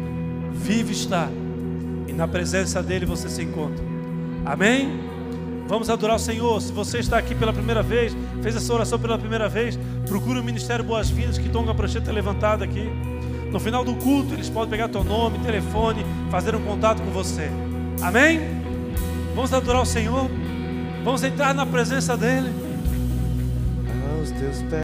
Vive está, e na presença dEle você se encontra. Amém? Vamos adorar o Senhor. Se você está aqui pela primeira vez, fez essa oração pela primeira vez, procure o Ministério Boas-Vindas, que estão com a prancheta levantada aqui. No final do culto, eles podem pegar teu nome, telefone, fazer um contato com você. Amém? Vamos adorar o Senhor. Vamos entrar na presença dEle. Aos teus pés.